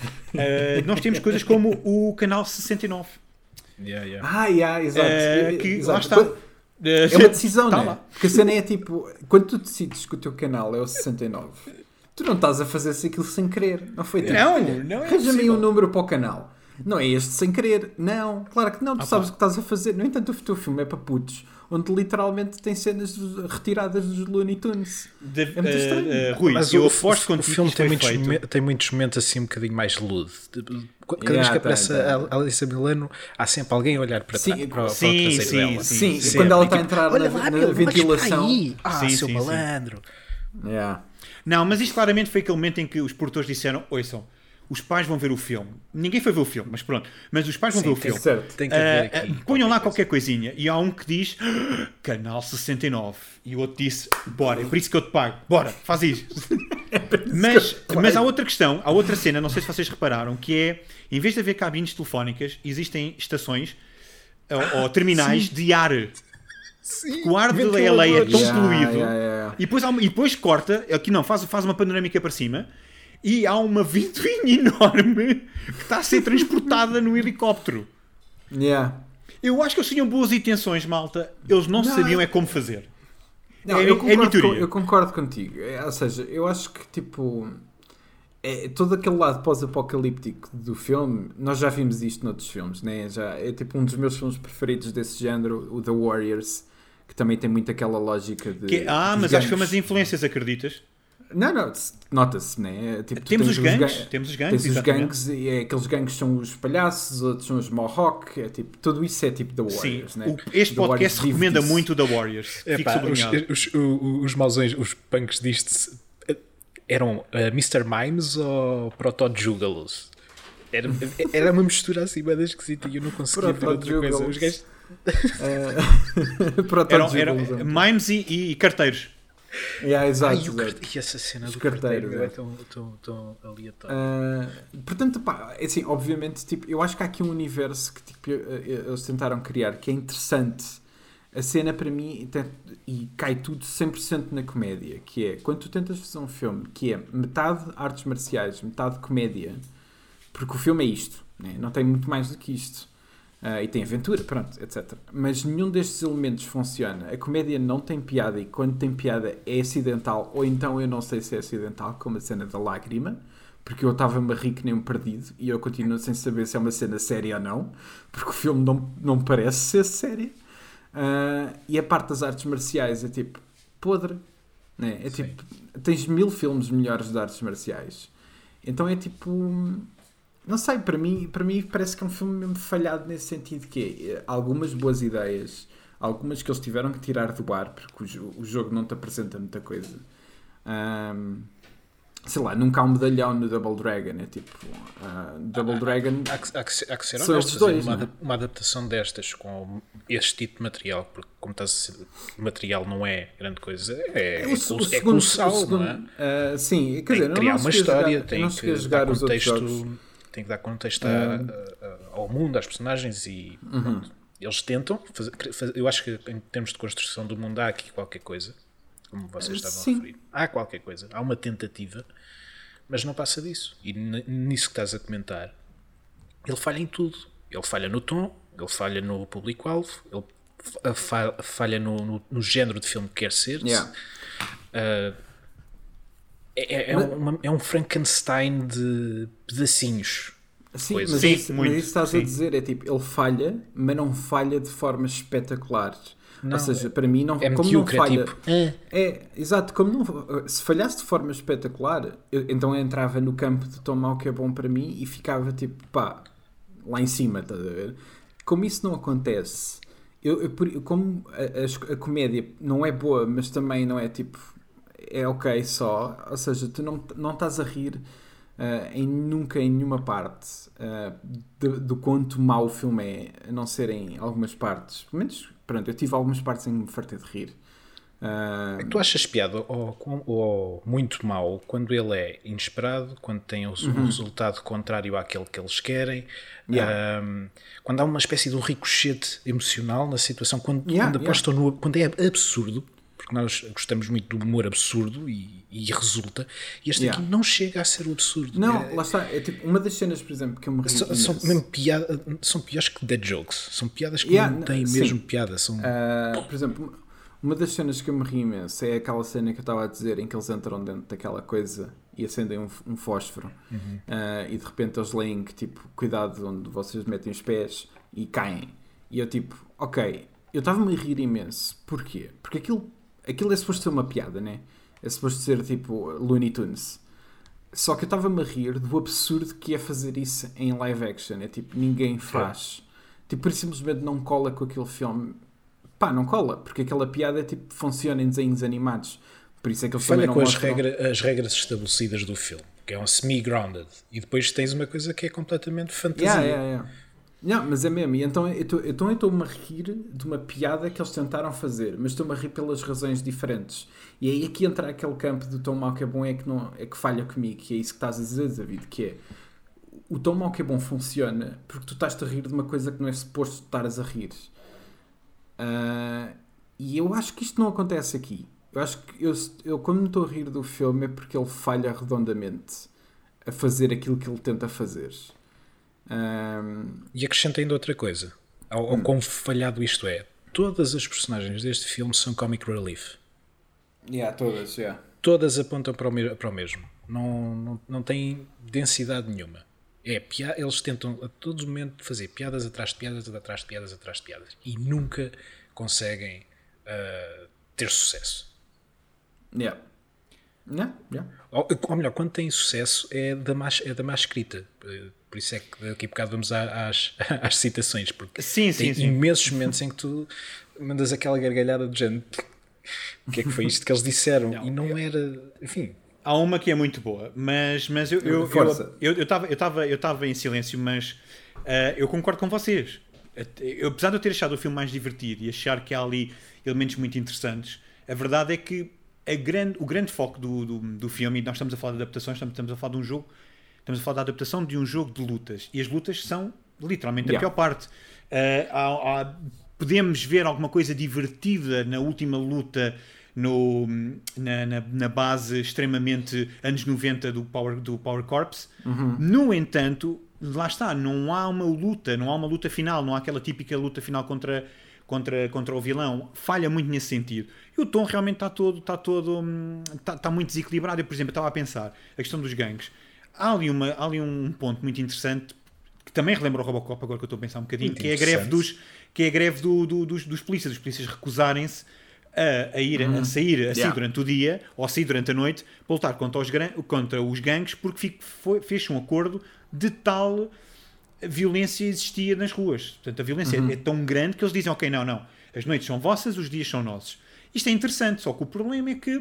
uh, nós temos coisas como o Canal sessenta e nove, Yeah, yeah. Ah, yeah, exato. uh, que Exato. lá está. Quando- É uma decisão, Tá não é? lá. Porque a cena é tipo, quando tu decides que o teu canal é o sessenta e nove, tu não estás a fazer aquilo sem querer. Não foi tipo, Não, olha, não é arranja-me aí possível. um número para o canal. Não é este sem querer. Não, claro que não, tu Ah, sabes pá. o que estás a fazer. No entanto, o teu filme é para putos, onde literalmente tem cenas dos- retiradas dos Looney Tunes. De, É muito estranho. uh, uh, Rui, Mas eu o, aposto o, contigo o que filme isto tem foi muitos, feito. momen- tem muitos momentos assim um bocadinho mais lude. De- de- Cada Yeah, vez que tem, aparece tem. a Alissa Milano, há sempre alguém a olhar para, Sim, trás, para, para sim, o traseiro sim, dela. sim. Sim, Sempre. quando ela E está a tipo, entrar Olha na, lá, na meu, não vais para ventilação. aí. Ah, Sim, seu sim, sim. malandro. Yeah. Não, mas isto claramente foi aquele momento em que os produtores disseram, ouçam, os pais vão ver o filme. Ninguém foi ver o filme, mas pronto. Mas os pais vão Sim, ver o tem- filme. Certo. Tem que haver Ah, aqui. ah, ponham lá coisa. qualquer coisinha. E há um que diz "Ah, Canal sessenta e nove. E o outro disse, bora, é por isso que eu te pago. Bora, faz isso. mas, mas há outra questão, há outra cena, não sei se vocês repararam, que é, em vez de haver cabines telefónicas, existem estações ou, ou terminais de ar. Sim, O ar de L A é tão Yeah, poluído. yeah, yeah. E, depois há uma- e depois corta, aqui não, faz, faz uma panorâmica para cima. E há uma ventoinha enorme que está a ser transportada no helicóptero. Yeah. Eu acho que eles tinham boas intenções, malta. Eles não, Não, sabiam é- é como fazer. Não, É a eu, mi- é a minha concordo com, teoria. eu concordo contigo. É, ou seja, eu acho que tipo. é, todo aquele lado pós-apocalíptico do filme, nós já vimos isto noutros filmes, né? Já, é tipo um dos meus filmes preferidos desse género, o The Warriors, que também tem muito aquela lógica de... Que, ah, mas acho que foi umas influências, acreditas? Não, não, nota-se, né? Tipo, temos, os gangues, ga- temos os gangues, tens os gangues, e é, aqueles gangues são os palhaços, outros são os Mohawk, é tipo, tudo isso é tipo The Warriors, Sim, né? o, este The podcast Warriors recomenda vive muito The Warriors. Fico Epá, os, sublinhado. os, os, os mausões, os punks disto eram uh, mister Mimes ou Proto-Jugalos? Era, era uma mistura assim, bem esquisita, e eu não conseguia ver outra coisa. Os gajos... Proto-Jugalos. Eram, eram mimes e, e, e carteiros. Yeah, exato, Ai, o exato. carte... E essa cena Os do carteiros, carteiro é é. tão, tão, tão aleatória. Uh, portanto, pá, é assim, obviamente, tipo, eu acho que há aqui um universo que tipo, eles tentaram criar que é interessante. A cena para mim, tem, e cai tudo cem por cento na comédia, que é quando tu tentas fazer um filme que é metade artes marciais, metade comédia, porque o filme é isto, né? Não tem muito mais do que isto. Uh, e tem aventura, pronto, etcétera. Mas nenhum destes elementos funciona. A comédia não tem piada, e quando tem piada é acidental, ou então eu não sei se é acidental, como a cena da lágrima, porque eu estava-me a rir que nem um perdido e eu continuo sem saber se é uma cena séria ou não, porque o filme não, não parece ser sério. Uh, e a parte das artes marciais é tipo podre, né? É tipo, tens mil filmes melhores de artes marciais, então é tipo, não sei, para mim, para mim parece que é um filme mesmo falhado nesse sentido, que é algumas boas ideias, algumas que eles tiveram que tirar do ar porque o, jo- o jogo não te apresenta muita coisa. Um, sei lá, nunca há um medalhão no Double Dragon, é tipo uh, Double Dragon Há que, há que ser, há que ser são honesto, estes fazer dois, uma, não é? adap- uma adaptação destas com este tipo de material, porque como estás a dizer, o material não é grande coisa, é, é, o, se- o col- é segundo- colossal, o segundo- não é? uh, sim, quer Tem dizer, que eu criar não uma cheguei a história, jogar, eu tem não que cheguei a dar jogar os outros contexto, jogos. tem que dar contexto a- a- a- ao mundo, às personagens e pronto. Eles tentam fazer, fazer- eu acho que em termos de construção do mundo há aqui qualquer coisa, como vocês estavam Sim. a referir. Há qualquer coisa, há uma tentativa, mas não passa disso. E n- nisso que estás a comentar, ele falha em tudo. Ele falha no tom, ele falha no público-alvo, ele fa- fa- falha no, no, no género de filme que quer ser. Yeah. Uh, é, é, Mas- uma- é um Frankenstein de pedacinhos. Sim, coisa. mas, Sim, isso, mas muito, isso que estás sim. a dizer é tipo, ele falha, mas não falha de formas espetaculares. Não, Ou seja, para mim, não, é como não medíocre, é falha. tipo, "Ah." É, exato, como não, se falhasse de forma espetacular, eu- então eu entrava no campo de tão mau que é bom para mim e ficava tipo, pá, lá em cima, estás a ver? Como isso não acontece, eu, eu por- como a, a- a comédia não é boa, mas também não é tipo, é ok só, ou seja, tu não, não estás a rir ah, em nunca em nenhuma parte ah, de- do quanto mau o filme é, a não ser em algumas partes. Pelo menos, pronto, eu tive algumas partes em que me fartei de rir. Ah, Tu achas piada ou, ou muito mau quando ele é inesperado, quando tem o, um resultado contrário àquele que eles querem, Yeah. um, quando há uma espécie de um ricochete emocional na situação, quando, Yeah, quando apostam no, quando é absurdo, porque nós gostamos muito do humor absurdo e, e resulta, e este Yeah. aqui não chega a ser o absurdo. Não, É- lá está. É tipo, uma das cenas, por exemplo, que eu me ri são, são, imenso. mesmo piada, são piores que dead jokes, são piadas que Yeah, não têm sim. mesmo piada. São, Ah, por exemplo, uma das cenas que eu me ri imenso é aquela cena que eu estava a dizer em que eles entram dentro daquela coisa e acendem um, um fósforo Ah, e de repente eles leem que tipo, cuidado onde vocês metem os pés e caem. E eu tipo, ok, eu estava-me a rir imenso. Porquê? Porque aquilo, aquilo é suposto ser uma piada, né? É suposto ser tipo Looney Tunes. Só que eu estava-me a rir do absurdo que é fazer isso em live action. É tipo, ninguém faz. Tipo, por simplesmente não cola com aquele filme. Pá, não cola, porque aquela piada tipo, funciona em desenhos animados. Por isso é que eles também falha não com as, mostram. regra, as regras estabelecidas do filme, que é um semi-grounded, e depois tens uma coisa que é completamente fantasia. Yeah, yeah, yeah. Não, mas é mesmo. E então eu tô- então eu estou-me a rir de uma piada que eles tentaram fazer, mas estou-me a rir pelas razões diferentes. E aí aqui entra aquele campo do tão mau que é bom é que, não, é que falha comigo, que é isso que estás a dizer, David, que é o tão mau que é bom funciona porque tu estás-te a rir de uma coisa que não é suposto estares a rir. Ah, e eu acho que isto não acontece aqui. Eu acho que eu, eu quando me estou a rir do filme é porque ele falha redondamente a fazer aquilo que ele tenta fazer. Um, E acrescenta ainda outra coisa, ao, ao quão falhado isto é. Todas as personagens deste filme são comic relief. yeah, todas, yeah. todas apontam para o, me- para o mesmo. Não, não, não tem densidade nenhuma. É, pia- eles tentam a todo momento fazer piadas atrás de piadas, atrás de piadas, atrás de piadas. E nunca conseguem uh, ter sucesso. Yeah. Yeah, yeah. Ou, ou melhor, quando tem sucesso é da má, é da má escrita. Por isso é que daqui a bocado vamos às, às citações. Porque Sim, sim, tem sim. imensos momentos em que tu mandas aquela gargalhada de género. O que é que foi isto que eles disseram? Não, e não era... Enfim... Há uma que é muito boa, mas, mas eu eu Força. eu eu estava eu estava eu estava em silêncio, mas uh, eu concordo com vocês. Eu, apesar de eu ter achado o filme mais divertido e achar que há ali elementos muito interessantes, a verdade é que a grande, o grande foco do, do, do filme, e nós estamos a falar de adaptações, estamos, estamos a falar de um jogo, estamos a falar da adaptação de um jogo de lutas, e as lutas são literalmente Yeah. a pior parte. Uh, há, há, podemos ver alguma coisa divertida na última luta no, na, na, na base extremamente anos noventa do Power, do Power Corps. Uhum. No entanto, lá está, não há uma luta, não há uma luta final, não há aquela típica luta final contra, contra, contra o vilão. Falha muito nesse sentido. E o tom realmente está todo, está todo está, está muito desequilibrado. Eu, por exemplo, estava a pensar a questão dos gangues. Há ali, uma, há ali um ponto muito interessante que também relembra o Robocop, agora que eu estou a pensar um bocadinho, Muito que é a greve, interessante. dos, que é a greve do, do, dos, dos polícias. Os polícias recusarem-se a, a, ir, a sair assim Yeah. durante o dia ou a sair durante a noite para lutar contra os, gran- contra os gangues, porque fi- foi, fez um acordo de tal violência existia nas ruas. Portanto, a violência é, é tão grande que eles dizem, ok, não, não, as noites são vossas, os dias são nossos. Isto é interessante, só que o problema é que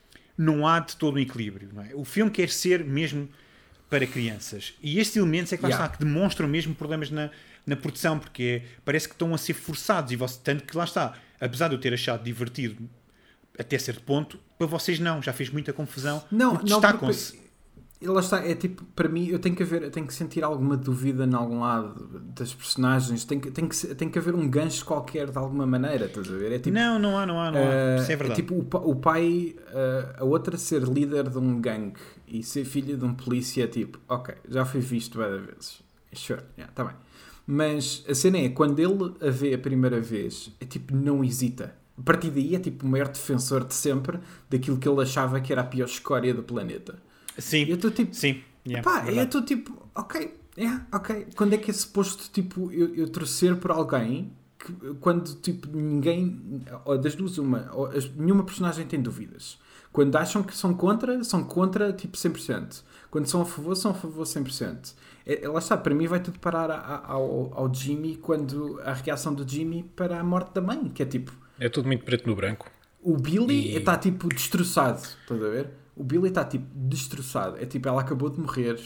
não há de todo um equilíbrio. Não é? O filme quer ser mesmo para crianças. E estes elementos é que lá Yeah. está, que demonstram mesmo problemas na, na produção, porque é- parece que estão a ser forçados, e você, tanto que lá está, apesar de eu ter achado divertido até certo ponto, para vocês não, já fez muita confusão, Não, porque não, destacam-se. porque- E lá está, é tipo, para mim, eu tenho que haver, eu tenho que sentir alguma dúvida em algum lado das personagens, tem que, tem que, ser- tem que haver um gancho qualquer de alguma maneira, estás a ver? É tipo, Não, não há, não há, não há. eh, Isso é verdade. tipo o, pa- o pai, eh, a outra ser líder de um gangue e ser filha de um polícia, é tipo, ok, já foi visto várias vezes. Sure, yeah, tá bem. Mas a cena é, quando ele a vê a primeira vez, é tipo, não hesita. A partir daí é tipo o maior defensor de sempre daquilo que ele achava que era a pior escória do planeta. Sim, Eu estou tipo, sim. Yeah, pá, eu verdade. estou tipo, ok, yeah, ok. Quando é que é suposto, tipo, eu, eu torcer por alguém que, quando, tipo, ninguém, ou das duas uma, ou as- nenhuma personagem tem dúvidas. Quando acham que são contra, são contra, tipo, cem por cento. Quando são a favor, são a favor cem por cento. É, é, lá está, para mim vai tudo parar a- a- ao, ao Jimmy, quando a reação do Jimmy para a morte da mãe, que é tipo, É tudo muito preto no branco. o Billy E- está tipo destroçado, estás a ver? O Billy está tipo destroçado. É tipo, ela acabou de morrer.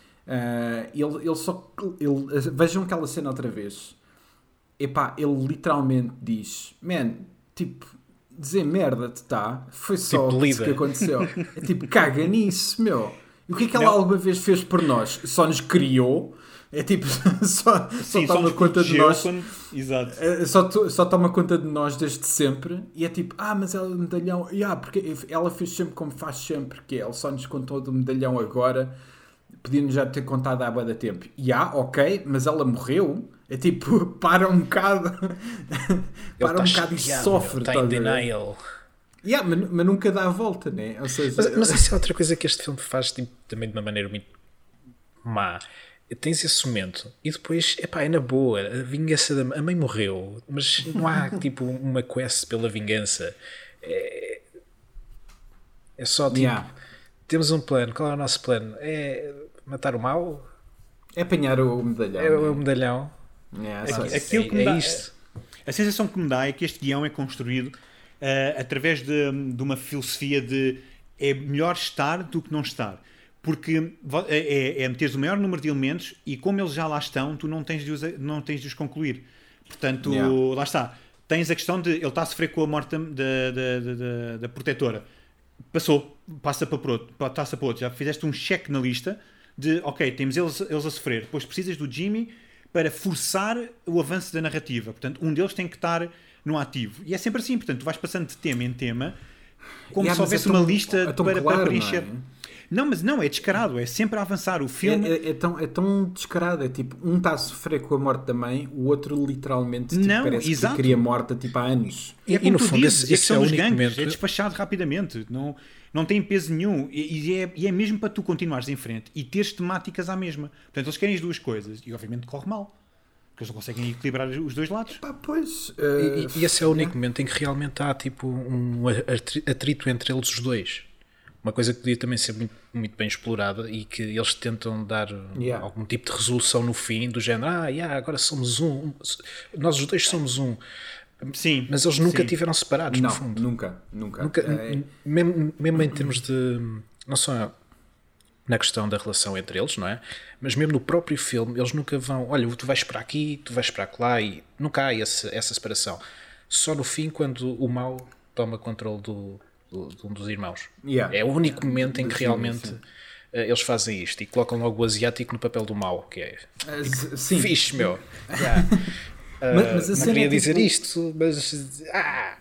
Ah, ele, ele só. Ele, vejam aquela cena outra vez. Epá, ele literalmente diz: Man, tipo, dizer merda-te, tá? Foi só Tipo, isso lida. que aconteceu. É tipo, caga nisso, meu. E o que é que ela Não. alguma vez fez por nós? Só nos criou. É tipo, só, Sim, só toma nos conta de protegeu nós. quando- Exato. Uh, Só, to- só toma conta de nós desde sempre e é tipo, ah, mas ela é medalhão, yeah, porque ela fez sempre como faz sempre, que ela só nos contou do medalhão agora, podia-nos já ter contado há bué de tempo. E yeah, ok, mas ela morreu, é tipo, para um bocado, para um bocado e sofre. Está em estás a ver? denial. Yeah, mas, mas nunca dá a volta, né? Ou seja, Mas, mas isso é outra coisa que este filme faz tipo, também de uma maneira muito má. Tens esse momento e depois, epá, é na boa, a vingança da a mãe morreu, mas não há tipo uma quest pela vingança. É, é só tipo, Yeah. temos um plano, qual é o nosso plano? É matar o mal? é apanhar o medalhão. É o né? medalhão? Yeah, Aqui- só isso. aquilo que me é, dá- é isto. A sensação que me dá é que este guião é construído eh, através de, de uma filosofia de é melhor estar do que não estar. Porque vo- é, é, é meteres o maior número de elementos e como eles já lá estão, tu não tens de os, não tens de os concluir. Portanto, Yeah. lá está. Tens a questão de ele está a sofrer com a morte da, da, da, da- da protetora. Passou, passa para outro, passa para outro. Já fizeste um check na lista de, ok, temos eles, eles a sofrer. Depois precisas do Jimmy para forçar o avanço da narrativa. Portanto, um deles tem que estar no ativo. E é sempre assim. Portanto, tu vais passando de tema em tema como Yeah, se mas houvesse é tão- uma lista é tão para, claro, para preencher. não é? Não, mas não, é descarado, é sempre a avançar. O filme... É, é, é, tão, é tão descarado, é tipo, um está a sofrer com a morte da mãe, o outro literalmente tipo, não, parece exato. que queria morta tipo, há anos. E, é como e no tu fundo dizes, esse, esse é o único gangues, momento... é despachado rapidamente, não, não tem peso nenhum. E, e, é, e é mesmo para tu continuares em frente e teres temáticas à mesma. Portanto, eles querem as duas coisas e obviamente corre mal. Porque eles não conseguem equilibrar os dois lados. Pá, pois, uh, e, e esse é o único momento em que realmente há tipo um atrito entre eles os dois. Uma coisa que podia também ser muito, muito bem explorada e que eles tentam dar yeah. algum tipo de resolução no fim, do género, ah, yeah, agora somos um, nós os dois somos um. Sim, mas eles nunca sim. tiveram separados, não, no fundo. Nunca, nunca. nunca é... mesmo, mesmo em termos de... Não só na questão da relação entre eles, não é? Mas mesmo no próprio filme, eles nunca vão... Olha, tu vais para aqui, tu vais para lá e nunca há esse, essa separação. Só no fim, quando o mal toma controle do, do, de um dos irmãos. Yeah. É o único momento em que sim, realmente sim. eles fazem isto e colocam logo o asiático no papel do mal, que é... Uh, sim. Fixe, meu. Yeah. Uh, mas, mas não queria é dizer tipo, isto, mas... Ah.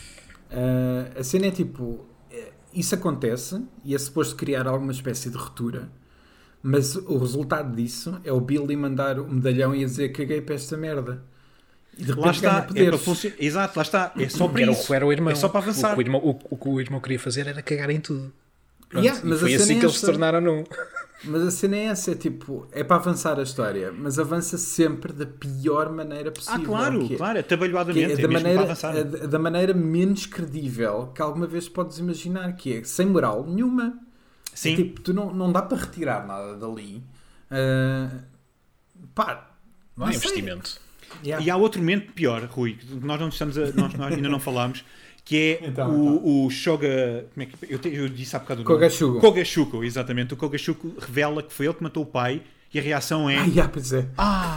Uh, a cena é tipo... Isso acontece e é suposto criar alguma espécie de ruptura, mas o resultado disso é o Billy mandar o medalhão e a dizer caguei para esta merda. E de lá está, poderes. é para funcionar. Exato, lá está. É só para era isso. O que era o irmão. É só para avançar. O que o, irmão, o, o, que o irmão queria fazer era cagar em tudo. Yeah, mas foi assim é que eles essa. se tornaram num. Mas a cena é essa, é tipo, é para avançar a história, mas avança sempre da pior maneira possível. Ah, claro, que é, claro, atabalhoadamente, é, é da, mesmo maneira, para avançar. é da maneira menos credível que alguma vez podes imaginar, que é sem moral nenhuma. Sim. É, tipo, tu não, não dá para retirar nada dali. Uh, pá, não há investimento. Yeah. E há outro momento pior, Rui, que nós, não estamos a, nós, nós ainda não falámos, que é então, o, então. o Shoga... Como é que, eu, te, eu disse há bocado o Kogashuko. Kogashuko, exatamente. O Kogashuko revela que foi ele que matou o pai e a reação é... Ah, yeah, pois é. Ah!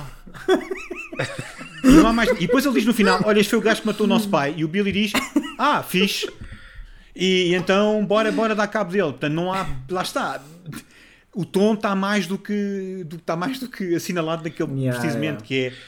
E, não há mais... e depois ele diz no final, olha, este foi o gajo que matou o nosso pai. E o Billy diz, ah, fixe. E, e então, bora, bora dar cabo dele. Portanto, não há... Lá está. O tom está mais do que, do, está mais do que assinalado naquele Yeah, precisamente, yeah. que é...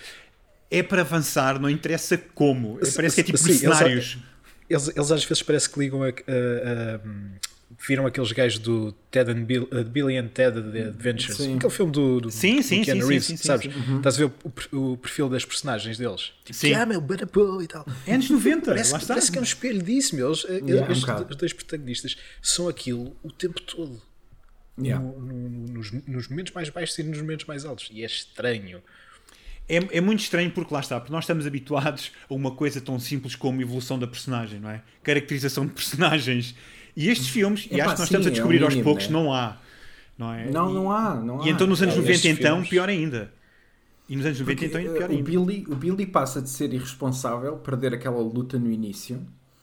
É para avançar, não interessa como. É, parece que é tipo Sim, cenários. Eles, eles, eles às vezes parece que ligam a, a, a, viram aqueles gajos do Ted and Bill, uh, Billy and Ted Adventures, Sim. aquele filme do, do, Sim, do sim, Keanu sim, Reeves, sim, sim, sabes? sim. Uhum. Estás a ver o, o perfil das personagens deles, tipo, Sim. ah, meu, bada pô, e tal. É anos noventa, Parece, lá está. parece que é um espelho disso, meus. Yeah, Estes um bocado. os dois protagonistas são aquilo o tempo todo. Yeah. No, no, nos, nos momentos mais baixos e nos momentos mais altos. E é estranho. É, é muito estranho porque lá está, porque nós estamos habituados a uma coisa tão simples como evolução da personagem, não é? Caracterização de personagens. E estes filmes, e Epá, acho que nós sim, estamos a é descobrir um aos mínimo, poucos, né? não há. Não, é? Não, e, não há, não há. E então nos anos É, noventa, estes então, filmes- pior ainda. E nos anos noventa, Porque, então, uh, pior o, ainda. Billy, o Billy passa de ser irresponsável, perder aquela luta no início,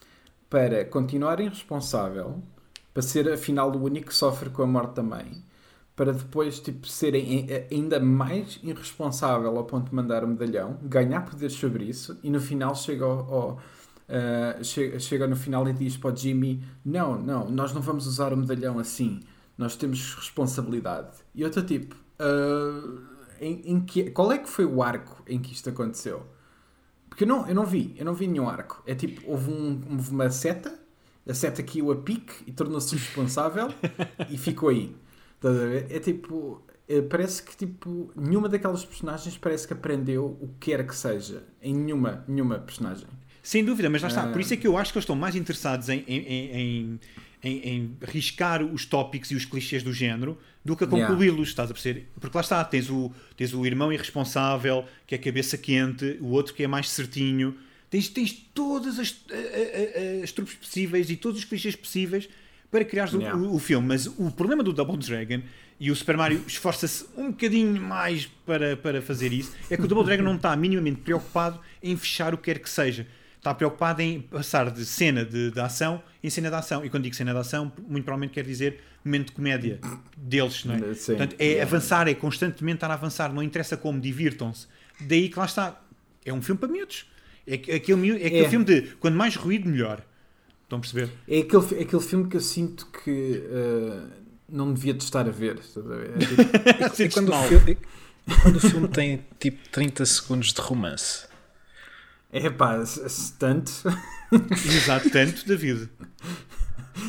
para continuar irresponsável, para ser afinal o único que sofre com a morte da mãe, para depois tipo, ser em- ainda mais irresponsável ao ponto de mandar o medalhão, ganhar poderes sobre isso, e no final chega ao... ao uh, chega, chega no final e diz para o Jimmy, não, não, nós não vamos usar o medalhão assim, nós temos responsabilidade. E eu estou tipo... Uh, Em, em que, qual é que foi o arco em que isto aconteceu? Porque eu não, eu não vi, eu não vi nenhum arco. É tipo, houve, um, houve uma seta, a seta caiu a pique e tornou-se responsável e ficou aí. Estás a ver? É tipo, é, parece que tipo, nenhuma daquelas personagens parece que aprendeu o que quer que seja. Em nenhuma, nenhuma personagem. Sem dúvida, mas lá está. Ah. Por isso é que eu acho que eles estão mais interessados em, em, em, em, em riscar os tópicos e os clichês do género do que a concluí-los, estás a perceber? Porque lá está, tens o, tens o irmão irresponsável, que é cabeça quente, o outro que é mais certinho. Tens, tens todas as, a- a- as trupes possíveis e todos os clichês possíveis para criares o- Yeah. o, o filme. Mas o problema do Double Dragon, e o Super Mario esforça-se um bocadinho mais para, para fazer isso, é que o Double Dragon não está minimamente preocupado em fechar o que quer que seja. Está preocupado em passar de cena de, de ação em cena de ação. E quando digo cena de ação, muito provavelmente quer dizer momento de comédia deles, não é? Sim. Portanto, é avançar, é constantemente estar a avançar. Não interessa como, divirtam-se. Daí que lá está. É um filme para miúdos. É aqu- aquele, miúdo- é aquele É. filme de quanto mais ruído, melhor. Estão a perceber? É aquele, fi- é aquele filme que eu sinto que uh, não devia de estar a ver. Estás a ver? É tipo, E Sentes-te quando, o mal. filme, e quando o filme tem tipo trinta segundos de romance. é pá, se- se tanto. Exato, tanto, David.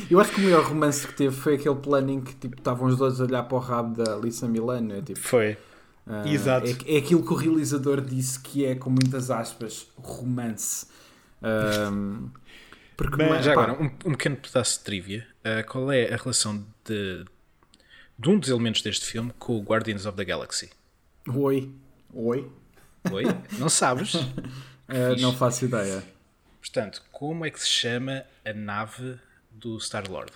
Eu acho que o maior romance que teve foi aquele plano em que tipo, estavam os dois a olhar para o rabo da Alyssa Milano. É, tipo, Foi. uh, Exato. É, é aquilo que o realizador disse que é, com muitas aspas, romance. Um, porque, Bem, mas, Já pá, agora, um, um pequeno pedaço de trivia. Uh, qual é a relação de, de um dos elementos deste filme com o Guardians of the Galaxy? Oi. Oi. Oi? Não sabes? Uh, não faço ideia. Portanto, como é que se chama a nave do Star-Lord?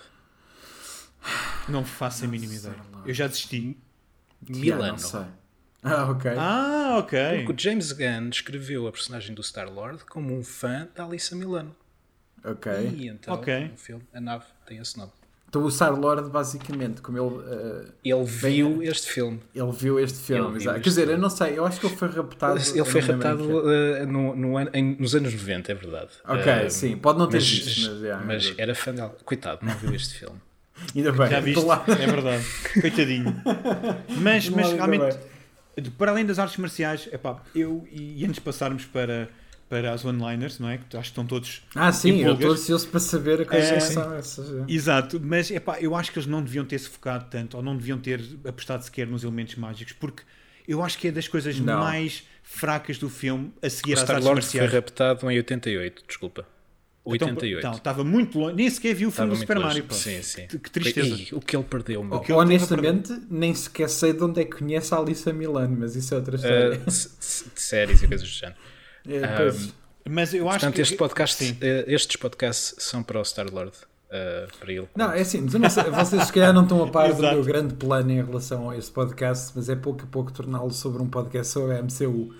Não faço a mínima ideia. Eu já desisti. Yeah, Milano. não sei. Ah, ok. Ah, ok. Porque o James Gunn escreveu a personagem do Star-Lord como um fã da Alyssa Milano. Ok. E então, Ok. no filme, a nave tem esse nome. Então o Star-Lord, basicamente, como ele, uh, Ele viu este filme. ele viu este filme. Ele viu exato. este Quer dizer, filme. eu não sei, eu acho que ele foi raptado. Ele eu foi não me lembro raptado em que- uh, no, no ano- em- nos anos noventa, é verdade. Ok, Uh, sim, pode não ter mas, visto, mas, yeah, mas exato. era fã dela. Coitado, não viu este filme. Ainda bem. Já viste? Tô lá. É verdade. Coitadinho. Mas, Não, mas ainda realmente, para além das artes marciais, epá, eu e antes de passarmos para, para as one-liners, não é? Que acho que estão todos. Ah, sim, em eu estou pulgas. ansioso para saber a coisa É, que sim. são essas. é. Exato, mas epá, eu acho que eles não deviam ter-se focado tanto, ou não deviam ter apostado sequer nos elementos mágicos, porque eu acho que é das coisas Não. mais fracas do filme a O seguir às artes Star-Lord foi marciais. raptado em oitenta e oito, desculpa. oitenta e oito. Então, estava muito longe, nem sequer vi o filme Estava do muito Super longe. Mario. Pá. Sim, sim. Que tristeza. Ih, o que ele perdeu, meu. que ele Honestamente, nem sequer sei de onde é que conhece a Alyssa Milano, mas isso é outra história. Uh, de, de- de séries e coisas do género. É, pois. Mas eu acho Portanto, que este podcast, sim. uh, estes podcasts são para o Star-Lord. Uh, para ele. Não, é assim, mas eu não sei, vocês se calhar não estão a par do Exato. meu grande plano em relação a este podcast, mas é pouco a pouco torná-lo sobre um podcast sobre a M C U.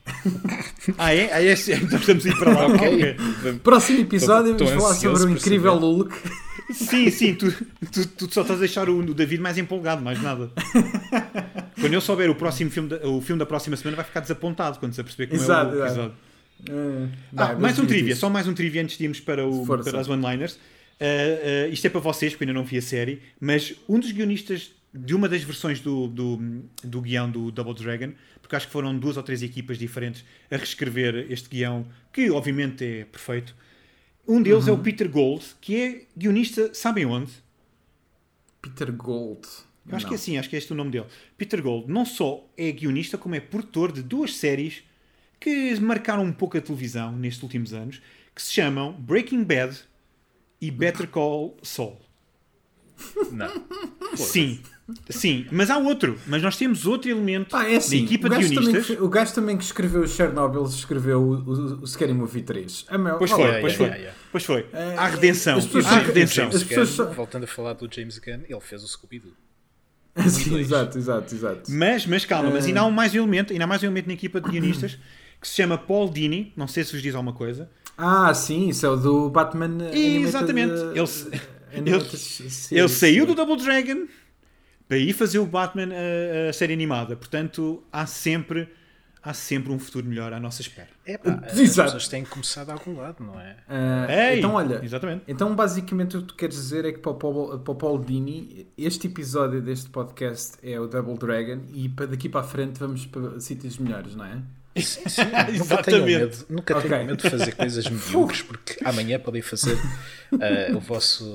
Ah, é? Ah, é? Então estamos a ir para lá. Ok. Ok. Próximo episódio Estou- vamos falar estou sobre o ansioso por incrível saber. Hulk. Sim, sim, tu, tu, tu só estás a deixar o, o David mais empolgado, mais nada. Quando eu souber o próximo filme, da, o filme da próxima semana, vai ficar desapontado quando se aperceber como Exato, é o exato. episódio. Uh, Ah, vai, mais um mas trivia, diz. só mais um trivia antes de irmos para, o, Força. para as one-liners. Uh, uh, isto é para vocês, porque eu ainda não vi a série, mas um dos guionistas de uma das versões do, do, do guião do Double Dragon, porque acho que foram duas ou três equipas diferentes a reescrever este guião, que obviamente é perfeito. Um deles Uhum. é o Peter Gould, que é guionista, sabem onde? Peter Gold. Eu acho Não. que é assim, acho que é este o nome dele. Peter Gould não só é guionista, como é produtor de duas séries que marcaram um pouco a televisão nestes últimos anos, que se chamam Breaking Bad e Better Call Saul. Não. Sim, sim, mas há outro. Mas nós temos outro elemento Pá, é assim, da equipa o, de gajo também guionistas. que, o gajo também que escreveu o Chernobyl escreveu o, o, o Scary Movie três. A meu, Pois olha, foi, Yeah, pois yeah, foi. yeah, yeah. Pois foi. É, Há redenção. as pessoas Há só- redenção. as James pessoas Gunn, só- voltando a falar do James Gunn, ele fez o Scooby-Doo. Sim, dois. exato, exato, exato. Mas, mas calma, mas É. ainda há um mais um elemento, ainda há mais um elemento na equipa de guionistas que se chama Paul Dini. Não sei se vos diz alguma coisa. Ah, sim, isso é o do Batman Animated, Exatamente. uh, Ele se- Animated ele- Series. Ele saiu do Double Dragon para ir fazer o Batman a, a série animada. Portanto, há sempre, há sempre um futuro melhor à nossa espera. É pá, as Exato. pessoas têm que começar de algum lado, não é? Uh, Ei, então, olha, exatamente. então basicamente o que tu queres dizer é que para o Paul, para o Paul Dini, este episódio deste podcast é o Double Dragon e para daqui para a frente vamos para sítios melhores, não é? Sim, sim. Nunca tenham medo, nunca Ok. tenham medo de fazer coisas medíocres, porque amanhã podem fazer uh, o vosso.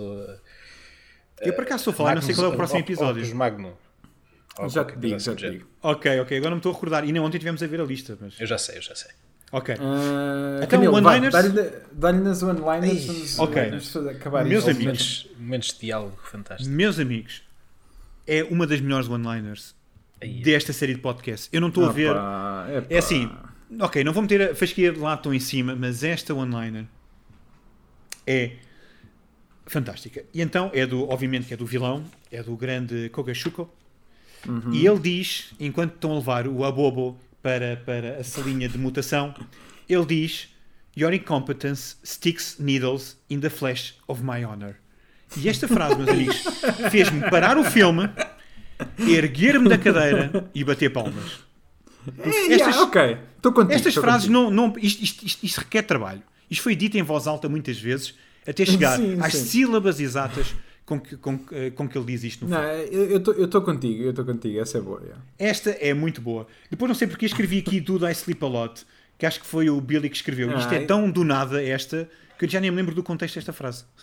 Eu por acaso estou a falar, não sei qual é o próximo episódio. Os Magno. Ou Já qualquer te digo, coisa já do te género. digo. Ok, ok, agora não me estou a recordar. E nem ontem tivemos a ver a lista. Mas... Eu já sei, eu já sei. Ok. Uh, Então, Camilo, vá, one-liners? dá-lhe dá-lhe nas one-liners, Ei, vamos, ok. vamos fazer- acabar Meus isto. amigos. Momentos, momentos de diálogo fantástico. Meus amigos, é uma das melhores one-liners Aí, desta série de podcast. Eu não estou a ver. Opa, epá. É assim, ok, não vou meter a fasquia lá tão em cima, mas esta one-liner é fantástica. E então é do, obviamente que é do vilão, é do grande Kogashuko, Uhum. e ele diz, enquanto estão a levar o Abobo para, para a salinha de mutação, ele diz: "Your incompetence sticks needles in the flesh of my honor." E esta frase, meus amigos, fez-me parar o filme, erguer-me da cadeira e bater palmas. É, estas- yeah, ok, estou contigo. Estas estou frases contigo. não, não isto, isto, isto, isto requer trabalho. Isto foi dito em voz alta muitas vezes até chegar Sim, às sim. sílabas exatas com que, com, que- com que ele diz isto no Não, filme. eu estou contigo, eu estou contigo, essa é boa. Yeah. Esta é muito boa. Depois não sei porque escrevi aqui Dude I Sleep a Lot, que acho que foi o Billy que escreveu. Isto Ah, é tão do nada esta que eu já nem me lembro do contexto desta frase.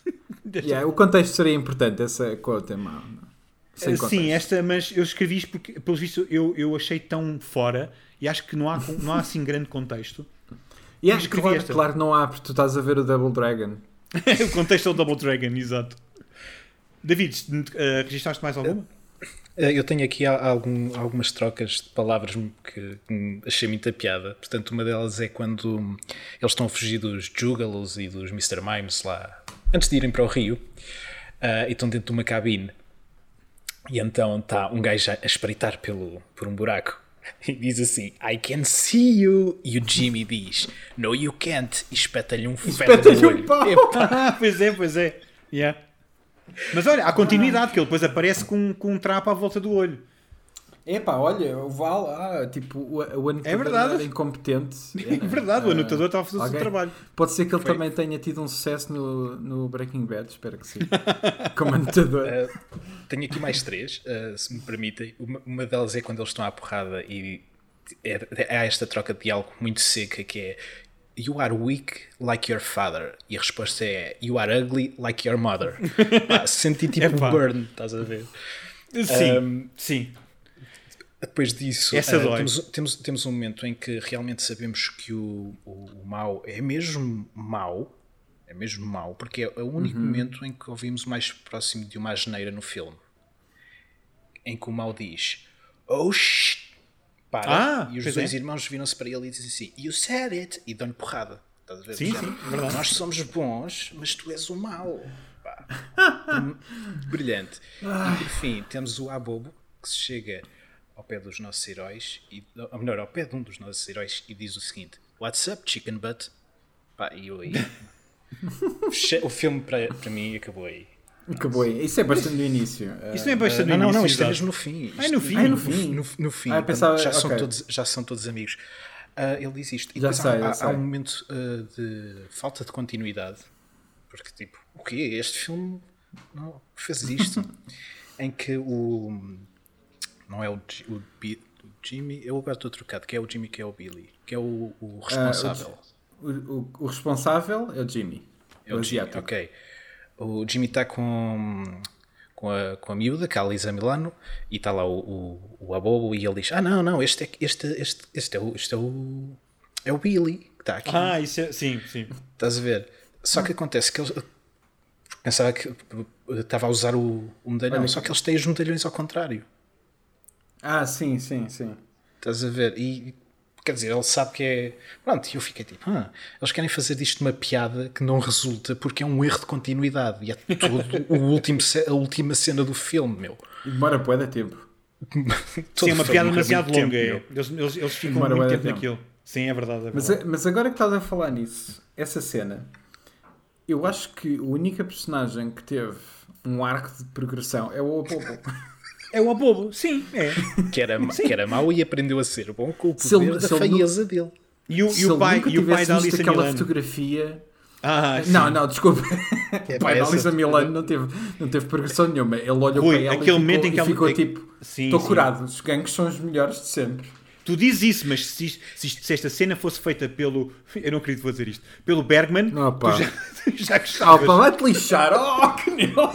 Yeah, o contexto seria importante, essa quote é mau. Sem Uh, sim, esta, mas eu escrevi isto porque, pelo visto, eu, eu achei tão fora e acho que não há, não há assim grande contexto. Yeah, escrevi claro, esta. claro que não há, porque tu estás a ver o Double Dragon. O contexto é o Double Dragon, exato. David, uh, registaste mais alguma? Eu tenho aqui algum, algumas trocas de palavras que, que achei muita piada. Portanto, uma delas é quando eles estão a fugir dos Jugalos e dos mister Mimes lá, antes de irem para o Rio, uh, e estão dentro de uma cabine. E então está um gajo a espreitar pelo, por um buraco e diz assim: I can see you. E o Jimmy diz: No, you can't. E espeta-lhe um ferro no olho. Ah, pois é, pois é. Yeah. Mas olha, há continuidade, que ele depois aparece com, com um trapo à volta do olho. Epá, olha, o Val, ah, tipo, o, o anotador é verdade. Era incompetente. É verdade, o anotador estava a fazer o seu trabalho. Pode ser que ele Foi. também tenha tido um sucesso no, no Breaking Bad, espero que sim. Como anotador. Uh, tenho aqui mais três, uh, se me permitem. Uma, uma delas é quando eles estão à porrada e é, há esta troca de diálogo muito seca que é: You are weak like your father. E a resposta é: You are ugly like your mother. Pá, senti tipo um burn, estás a ver? Sim, um, sim. Depois disso, Essa uh, dói. temos, temos, temos um momento em que realmente sabemos que o, o, o mau é mesmo mau, é mesmo mau, porque é o único uhum. momento em que ouvimos mais próximo de uma asneira no filme, em que o mau diz: Oh shh, para, ah, e os dois é. irmãos viram-se para ele e dizem assim: You said it, e dão-lhe porrada. Estás a ver? Sim, sim, é verdade. Nós somos bons, mas tu és o mau. Pá. Brilhante. E por fim, temos o Abobo, que se chega ao pé dos nossos heróis, e, ou melhor, ao pé de um dos nossos heróis, e diz o seguinte: What's up, chicken butt? Pá, e eu aí. O filme para, para mim acabou aí. Acabou aí. Isso é bastante no início. Isso não é bastante uh, no não, início. Não, não, isto é mesmo no fim. Isto, ah, no fim? Ah, é no fim. No, no fim. Ah, pensava, já, okay. são todos, já são todos amigos. Uh, ele diz isto. E já depois sei, há, já há sei. um momento uh, de falta de continuidade. Porque, tipo, o quê? Este filme não fez isto. Em que o. Não é o, o, o Jimmy. Eu agora estou trocado. Que é o Jimmy, que é o Billy. Que é o, o responsável. Uh, o, o, o responsável é o Jimmy. É o, o Jimmy, asiático. Ok. O Jimmy está com. Com a, com a miúda, que é a Lisa Milano, e está lá o, o, o Abobo, e ele diz: Ah, não, não, este é, este, este, este é, o, este é, o, é o Billy que está aqui. Ah, isso é, sim, sim. Estás a ver? Só que acontece que ele pensava que estava a usar o, o medalhão, Olha, só que eles têm os medalhões ao contrário. Ah, sim, sim, sim. Estás a ver? E quer dizer, ele sabe que é. Pronto, e eu fiquei tipo: ah, eles querem fazer disto uma piada que não resulta porque é um erro de continuidade. E é todo o último, a última cena do filme, meu. E demora bué de tempo. Sim, é uma piada demasiado longa. Tempo, eles, eles, eles ficam demora muito tempo, tempo naquilo. Sim, é verdade. É mas, verdade. mas agora que estás a falar nisso, essa cena, eu acho que a única personagem que teve um arco de progressão é o Abobo. É o Abobo, sim, é. Que era, que era mau e aprendeu a ser bom com o poder se ele, da se feieza ele, dele. E o, se e o pai, ele e o pai da Alissa aquela Milano. fotografia... Ah, não, não, desculpa. É, o pai da Alissa Milano não teve, não teve progressão nenhuma. Ele olhou Rui, para ela aquele e momento ficou, em que ela... ficou é... tipo... Sim, estou sim. curado, os gangues são os melhores de sempre. Tu dizes isso, mas se, isto, se, isto, se esta cena fosse feita pelo... Eu não acredito que vou dizer isto. Pelo Bergman, não, tu já, já ah, gostavas. pá, vai-te lixar. Oh, que nele.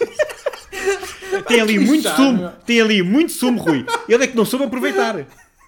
Tem ali muito sumo. Tem ali muito sumo, Rui. Ele é que não soube aproveitar.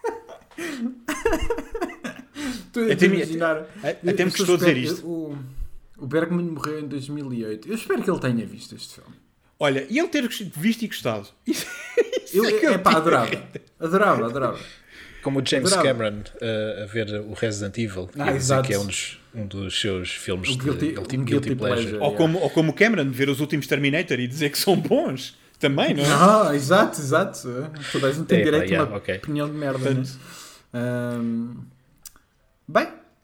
Estou a imaginar. Até me custou dizer isto. O, o Bergman morreu em dois mil e oito. Eu espero que ele tenha visto este filme. Olha, e ele ter visto e gostado. Isso, isso eu, é que é eu pá, digo. adorava. Adorava, adorava. Como o James Adorava. Cameron uh, a ver o Resident Evil, Ah, dizer que é um dos, um dos seus filmes O de guilty- guilty, um guilty guilty pleasure. pleasure. Ou como, ou como o Cameron, ver os últimos Terminator e dizer que são bons. Também, não é? Ah, exato, exato. Toda a gente tem É, direito pá, a uma yeah, okay. opinião de merda. Né? Um, bem,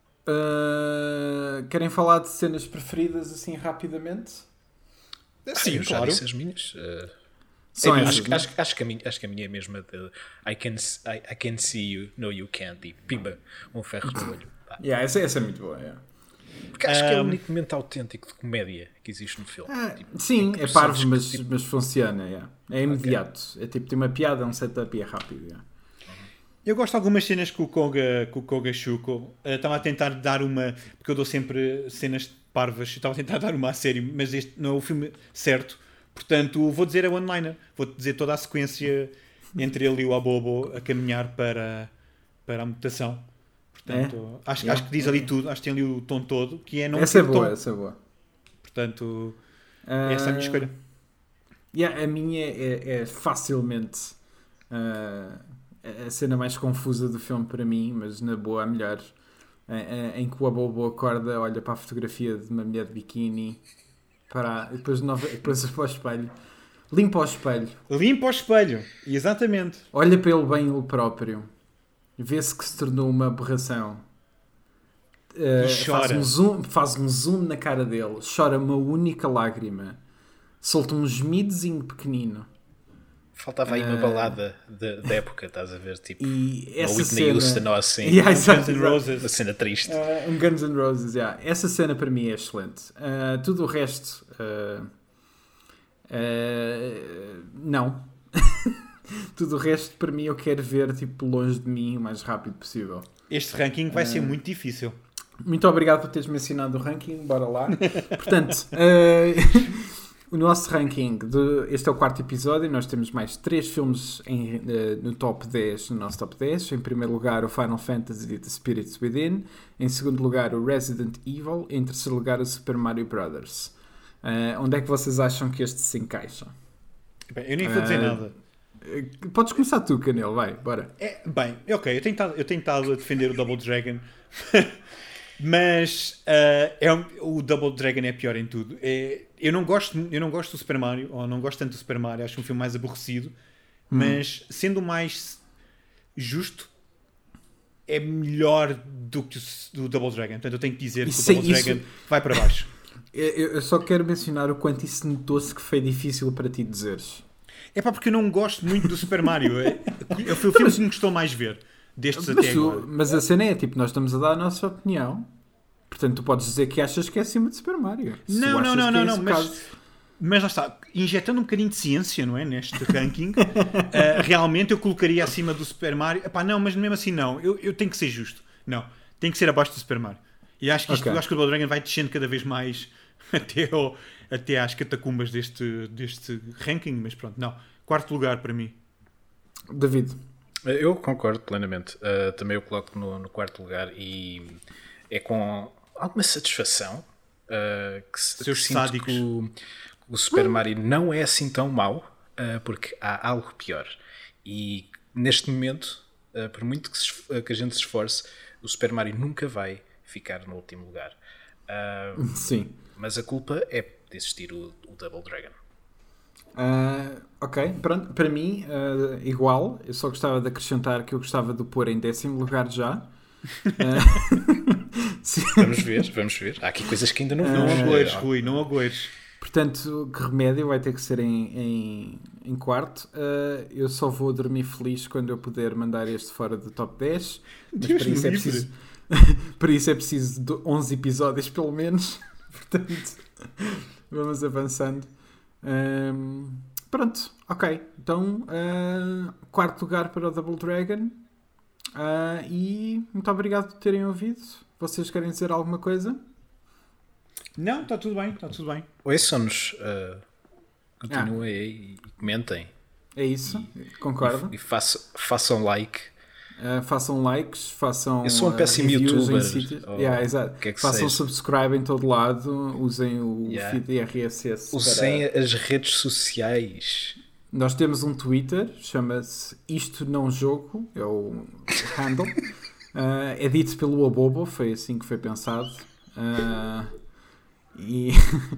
uh, querem falar de cenas preferidas assim rapidamente? Sim, eu já claro. disse as minhas. Uh, São é, essas, acho, né? acho, acho, que a minha, acho que a minha é mesmo a de I can, I, I can see you, no you can't. E pimba, um ferro no olho. Pá. Yeah, essa, essa é muito boa. Yeah. Porque acho um, que é o Um, único momento autêntico de comédia que existe no filme. Ah, Tipo, sim, é é que parvo, percebes mas, que, tipo, mas funciona. Yeah. É imediato. É tipo, tem uma piada, um setup e é rápido. Yeah. Eu gosto de algumas cenas com o Koga, com o Koga Shuko. Uh, estava a tentar dar uma... Porque eu dou sempre cenas parvas. Estava a tentar dar uma a sério, mas este não é o filme certo. Portanto, vou dizer a one-liner. Vou dizer toda a sequência entre ele e o Abobo a caminhar para, para a mutação. Portanto, é? acho, é. acho que diz ali tudo. Acho que tem ali o tom todo. Que é não essa é tom. boa, essa é boa. Portanto, uh, essa é a minha escolha. Yeah, a minha é, é facilmente uh, a cena mais confusa do filme para mim, mas na boa a melhor. Uh, em que o Abobo acorda, olha para a fotografia de uma mulher de biquíni, para, depois, nova, depois para o espelho, limpa o espelho. Limpa o espelho, exatamente. Olha para ele bem ele próprio. Vê-se que se tornou uma aberração. Uh, faz, um zoom, faz um zoom na cara dele. Chora uma única lágrima. Solta um gemidozinho pequenino. Faltava aí uma uh, balada da, da época, estás a ver? Tipo, e essa Whitney cena... Houston ou assim. Yeah, um Guns N' Roses. Uma cena triste. Uh, um Guns N' Roses, yeah. Essa cena para mim é excelente. Uh, tudo o resto... Uh, uh, não. Tudo o resto, para mim, eu quero ver tipo, longe de mim o mais rápido possível. Este ranking vai uh, ser muito difícil. Muito obrigado por teres mencionado o ranking. Bora lá. Portanto, uh, o nosso ranking, de, este é o quarto episódio. Nós temos mais três filmes em, uh, no top dez, no nosso top dez. Em primeiro lugar, o Final Fantasy The Spirits Within. Em segundo lugar, o Resident Evil. Em terceiro lugar, o Super Mario Brothers. Uh, onde é que vocês acham que este se encaixa? Bem, eu nem vou dizer uh, nada. Podes começar tu, Canelo, vai, bora. É, bem, ok, eu tenho estado, eu tenho estado a defender o Double Dragon, mas uh, é um, o Double Dragon é pior em tudo. É, eu, não gosto, eu não gosto do Super Mario, ou não gosto tanto do Super Mario, acho um filme mais aborrecido, hum. mas sendo mais justo, é melhor do que o do Double Dragon. Portanto, eu tenho que dizer isso, que o Double isso... Dragon vai para baixo. eu, eu só quero mencionar o quanto isso notou-se que foi difícil para ti dizeres. É pá, porque eu não gosto muito do Super Mario. É, é o filme que me gostou mais ver destes mas até tu, agora. Mas a cena é tipo, nós estamos a dar a nossa opinião. Portanto, tu podes dizer que achas que é acima de Super Mario. Não, não, não, não, não. Mas, mas lá está, injetando um bocadinho de ciência, não é? Neste ranking, uh, realmente eu colocaria acima do Super Mario. Epá, não, mas mesmo assim não. Eu, eu tenho que ser justo. Não, tem que ser abaixo do Super Mario. E acho que, isto, okay. acho que o Double Dragon vai descendo cada vez mais até, ao, até às catacumbas deste, deste ranking. Mas pronto, não. Quarto lugar para mim. David. Eu concordo plenamente. Uh, também eu coloco no, no quarto lugar e é com alguma satisfação uh, que, Seus que sádicos. sinto que o, o Super Mario não é assim tão mau, uh, porque há algo pior. E neste momento, uh, por muito que, se, uh, que a gente se esforce, o Super Mario nunca vai ficar no último lugar. Uh, Sim. Mas a culpa é de existir o, o Double Dragon. Uh, ok, pronto, para mim uh, igual, eu só gostava de acrescentar que eu gostava de pôr em décimo lugar já. Uh, vamos ver, vamos ver. Há aqui coisas que ainda não vimos. Não agoeres, Rui, não agoeres. Portanto, que remédio, vai ter que ser em, em, em quarto. Uh, eu só vou dormir feliz quando eu puder mandar este fora do top dez. Mas para isso, é preciso, para isso é preciso de onze episódios pelo menos. Portanto, vamos avançando. Um, pronto, ok. Então, uh, quarto lugar para o Double Dragon. Uh, e muito obrigado por terem ouvido. Vocês querem dizer alguma coisa? Não, está tudo bem, está tudo bem. Ouçam-nos, uh, continuem ah. aí e comentem. É isso, e, concordo. E, e façam, façam like. Uh, façam likes, façam. Eu sou um péssimo uh, youtuber. Yeah, exato. Que é que façam seja. subscribe em todo lado, usem o yeah. feed R S S. Usem para... as redes sociais. Nós temos um Twitter, chama-se Isto Não Jogo, é o handle. uh, é dito pelo Abobo, foi assim que foi pensado. Uh, e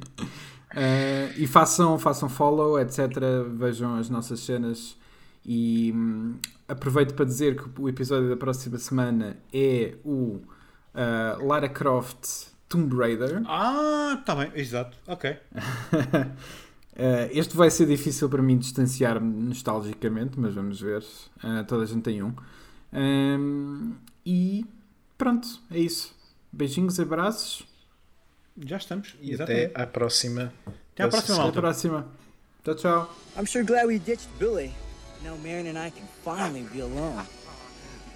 uh, e façam, façam follow, etcétera. Vejam as nossas cenas. E hum, aproveito para dizer que o episódio da próxima semana é o uh, Lara Croft Tomb Raider. Ah, tá bem, exato, ok. uh, este vai ser difícil para mim distanciar-me nostalgicamente, mas vamos ver. Uh, toda a gente tem um. um. E pronto, é isso. Beijinhos, abraços. Já estamos. E exatamente. até à próxima. Até à próxima, Até à próxima. Tchau, tchau. I'm sure glad we ditched Billy. Now Marion and I can finally be alone.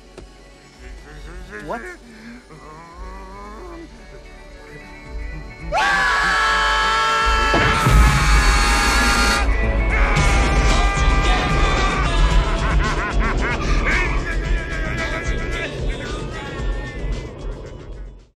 What?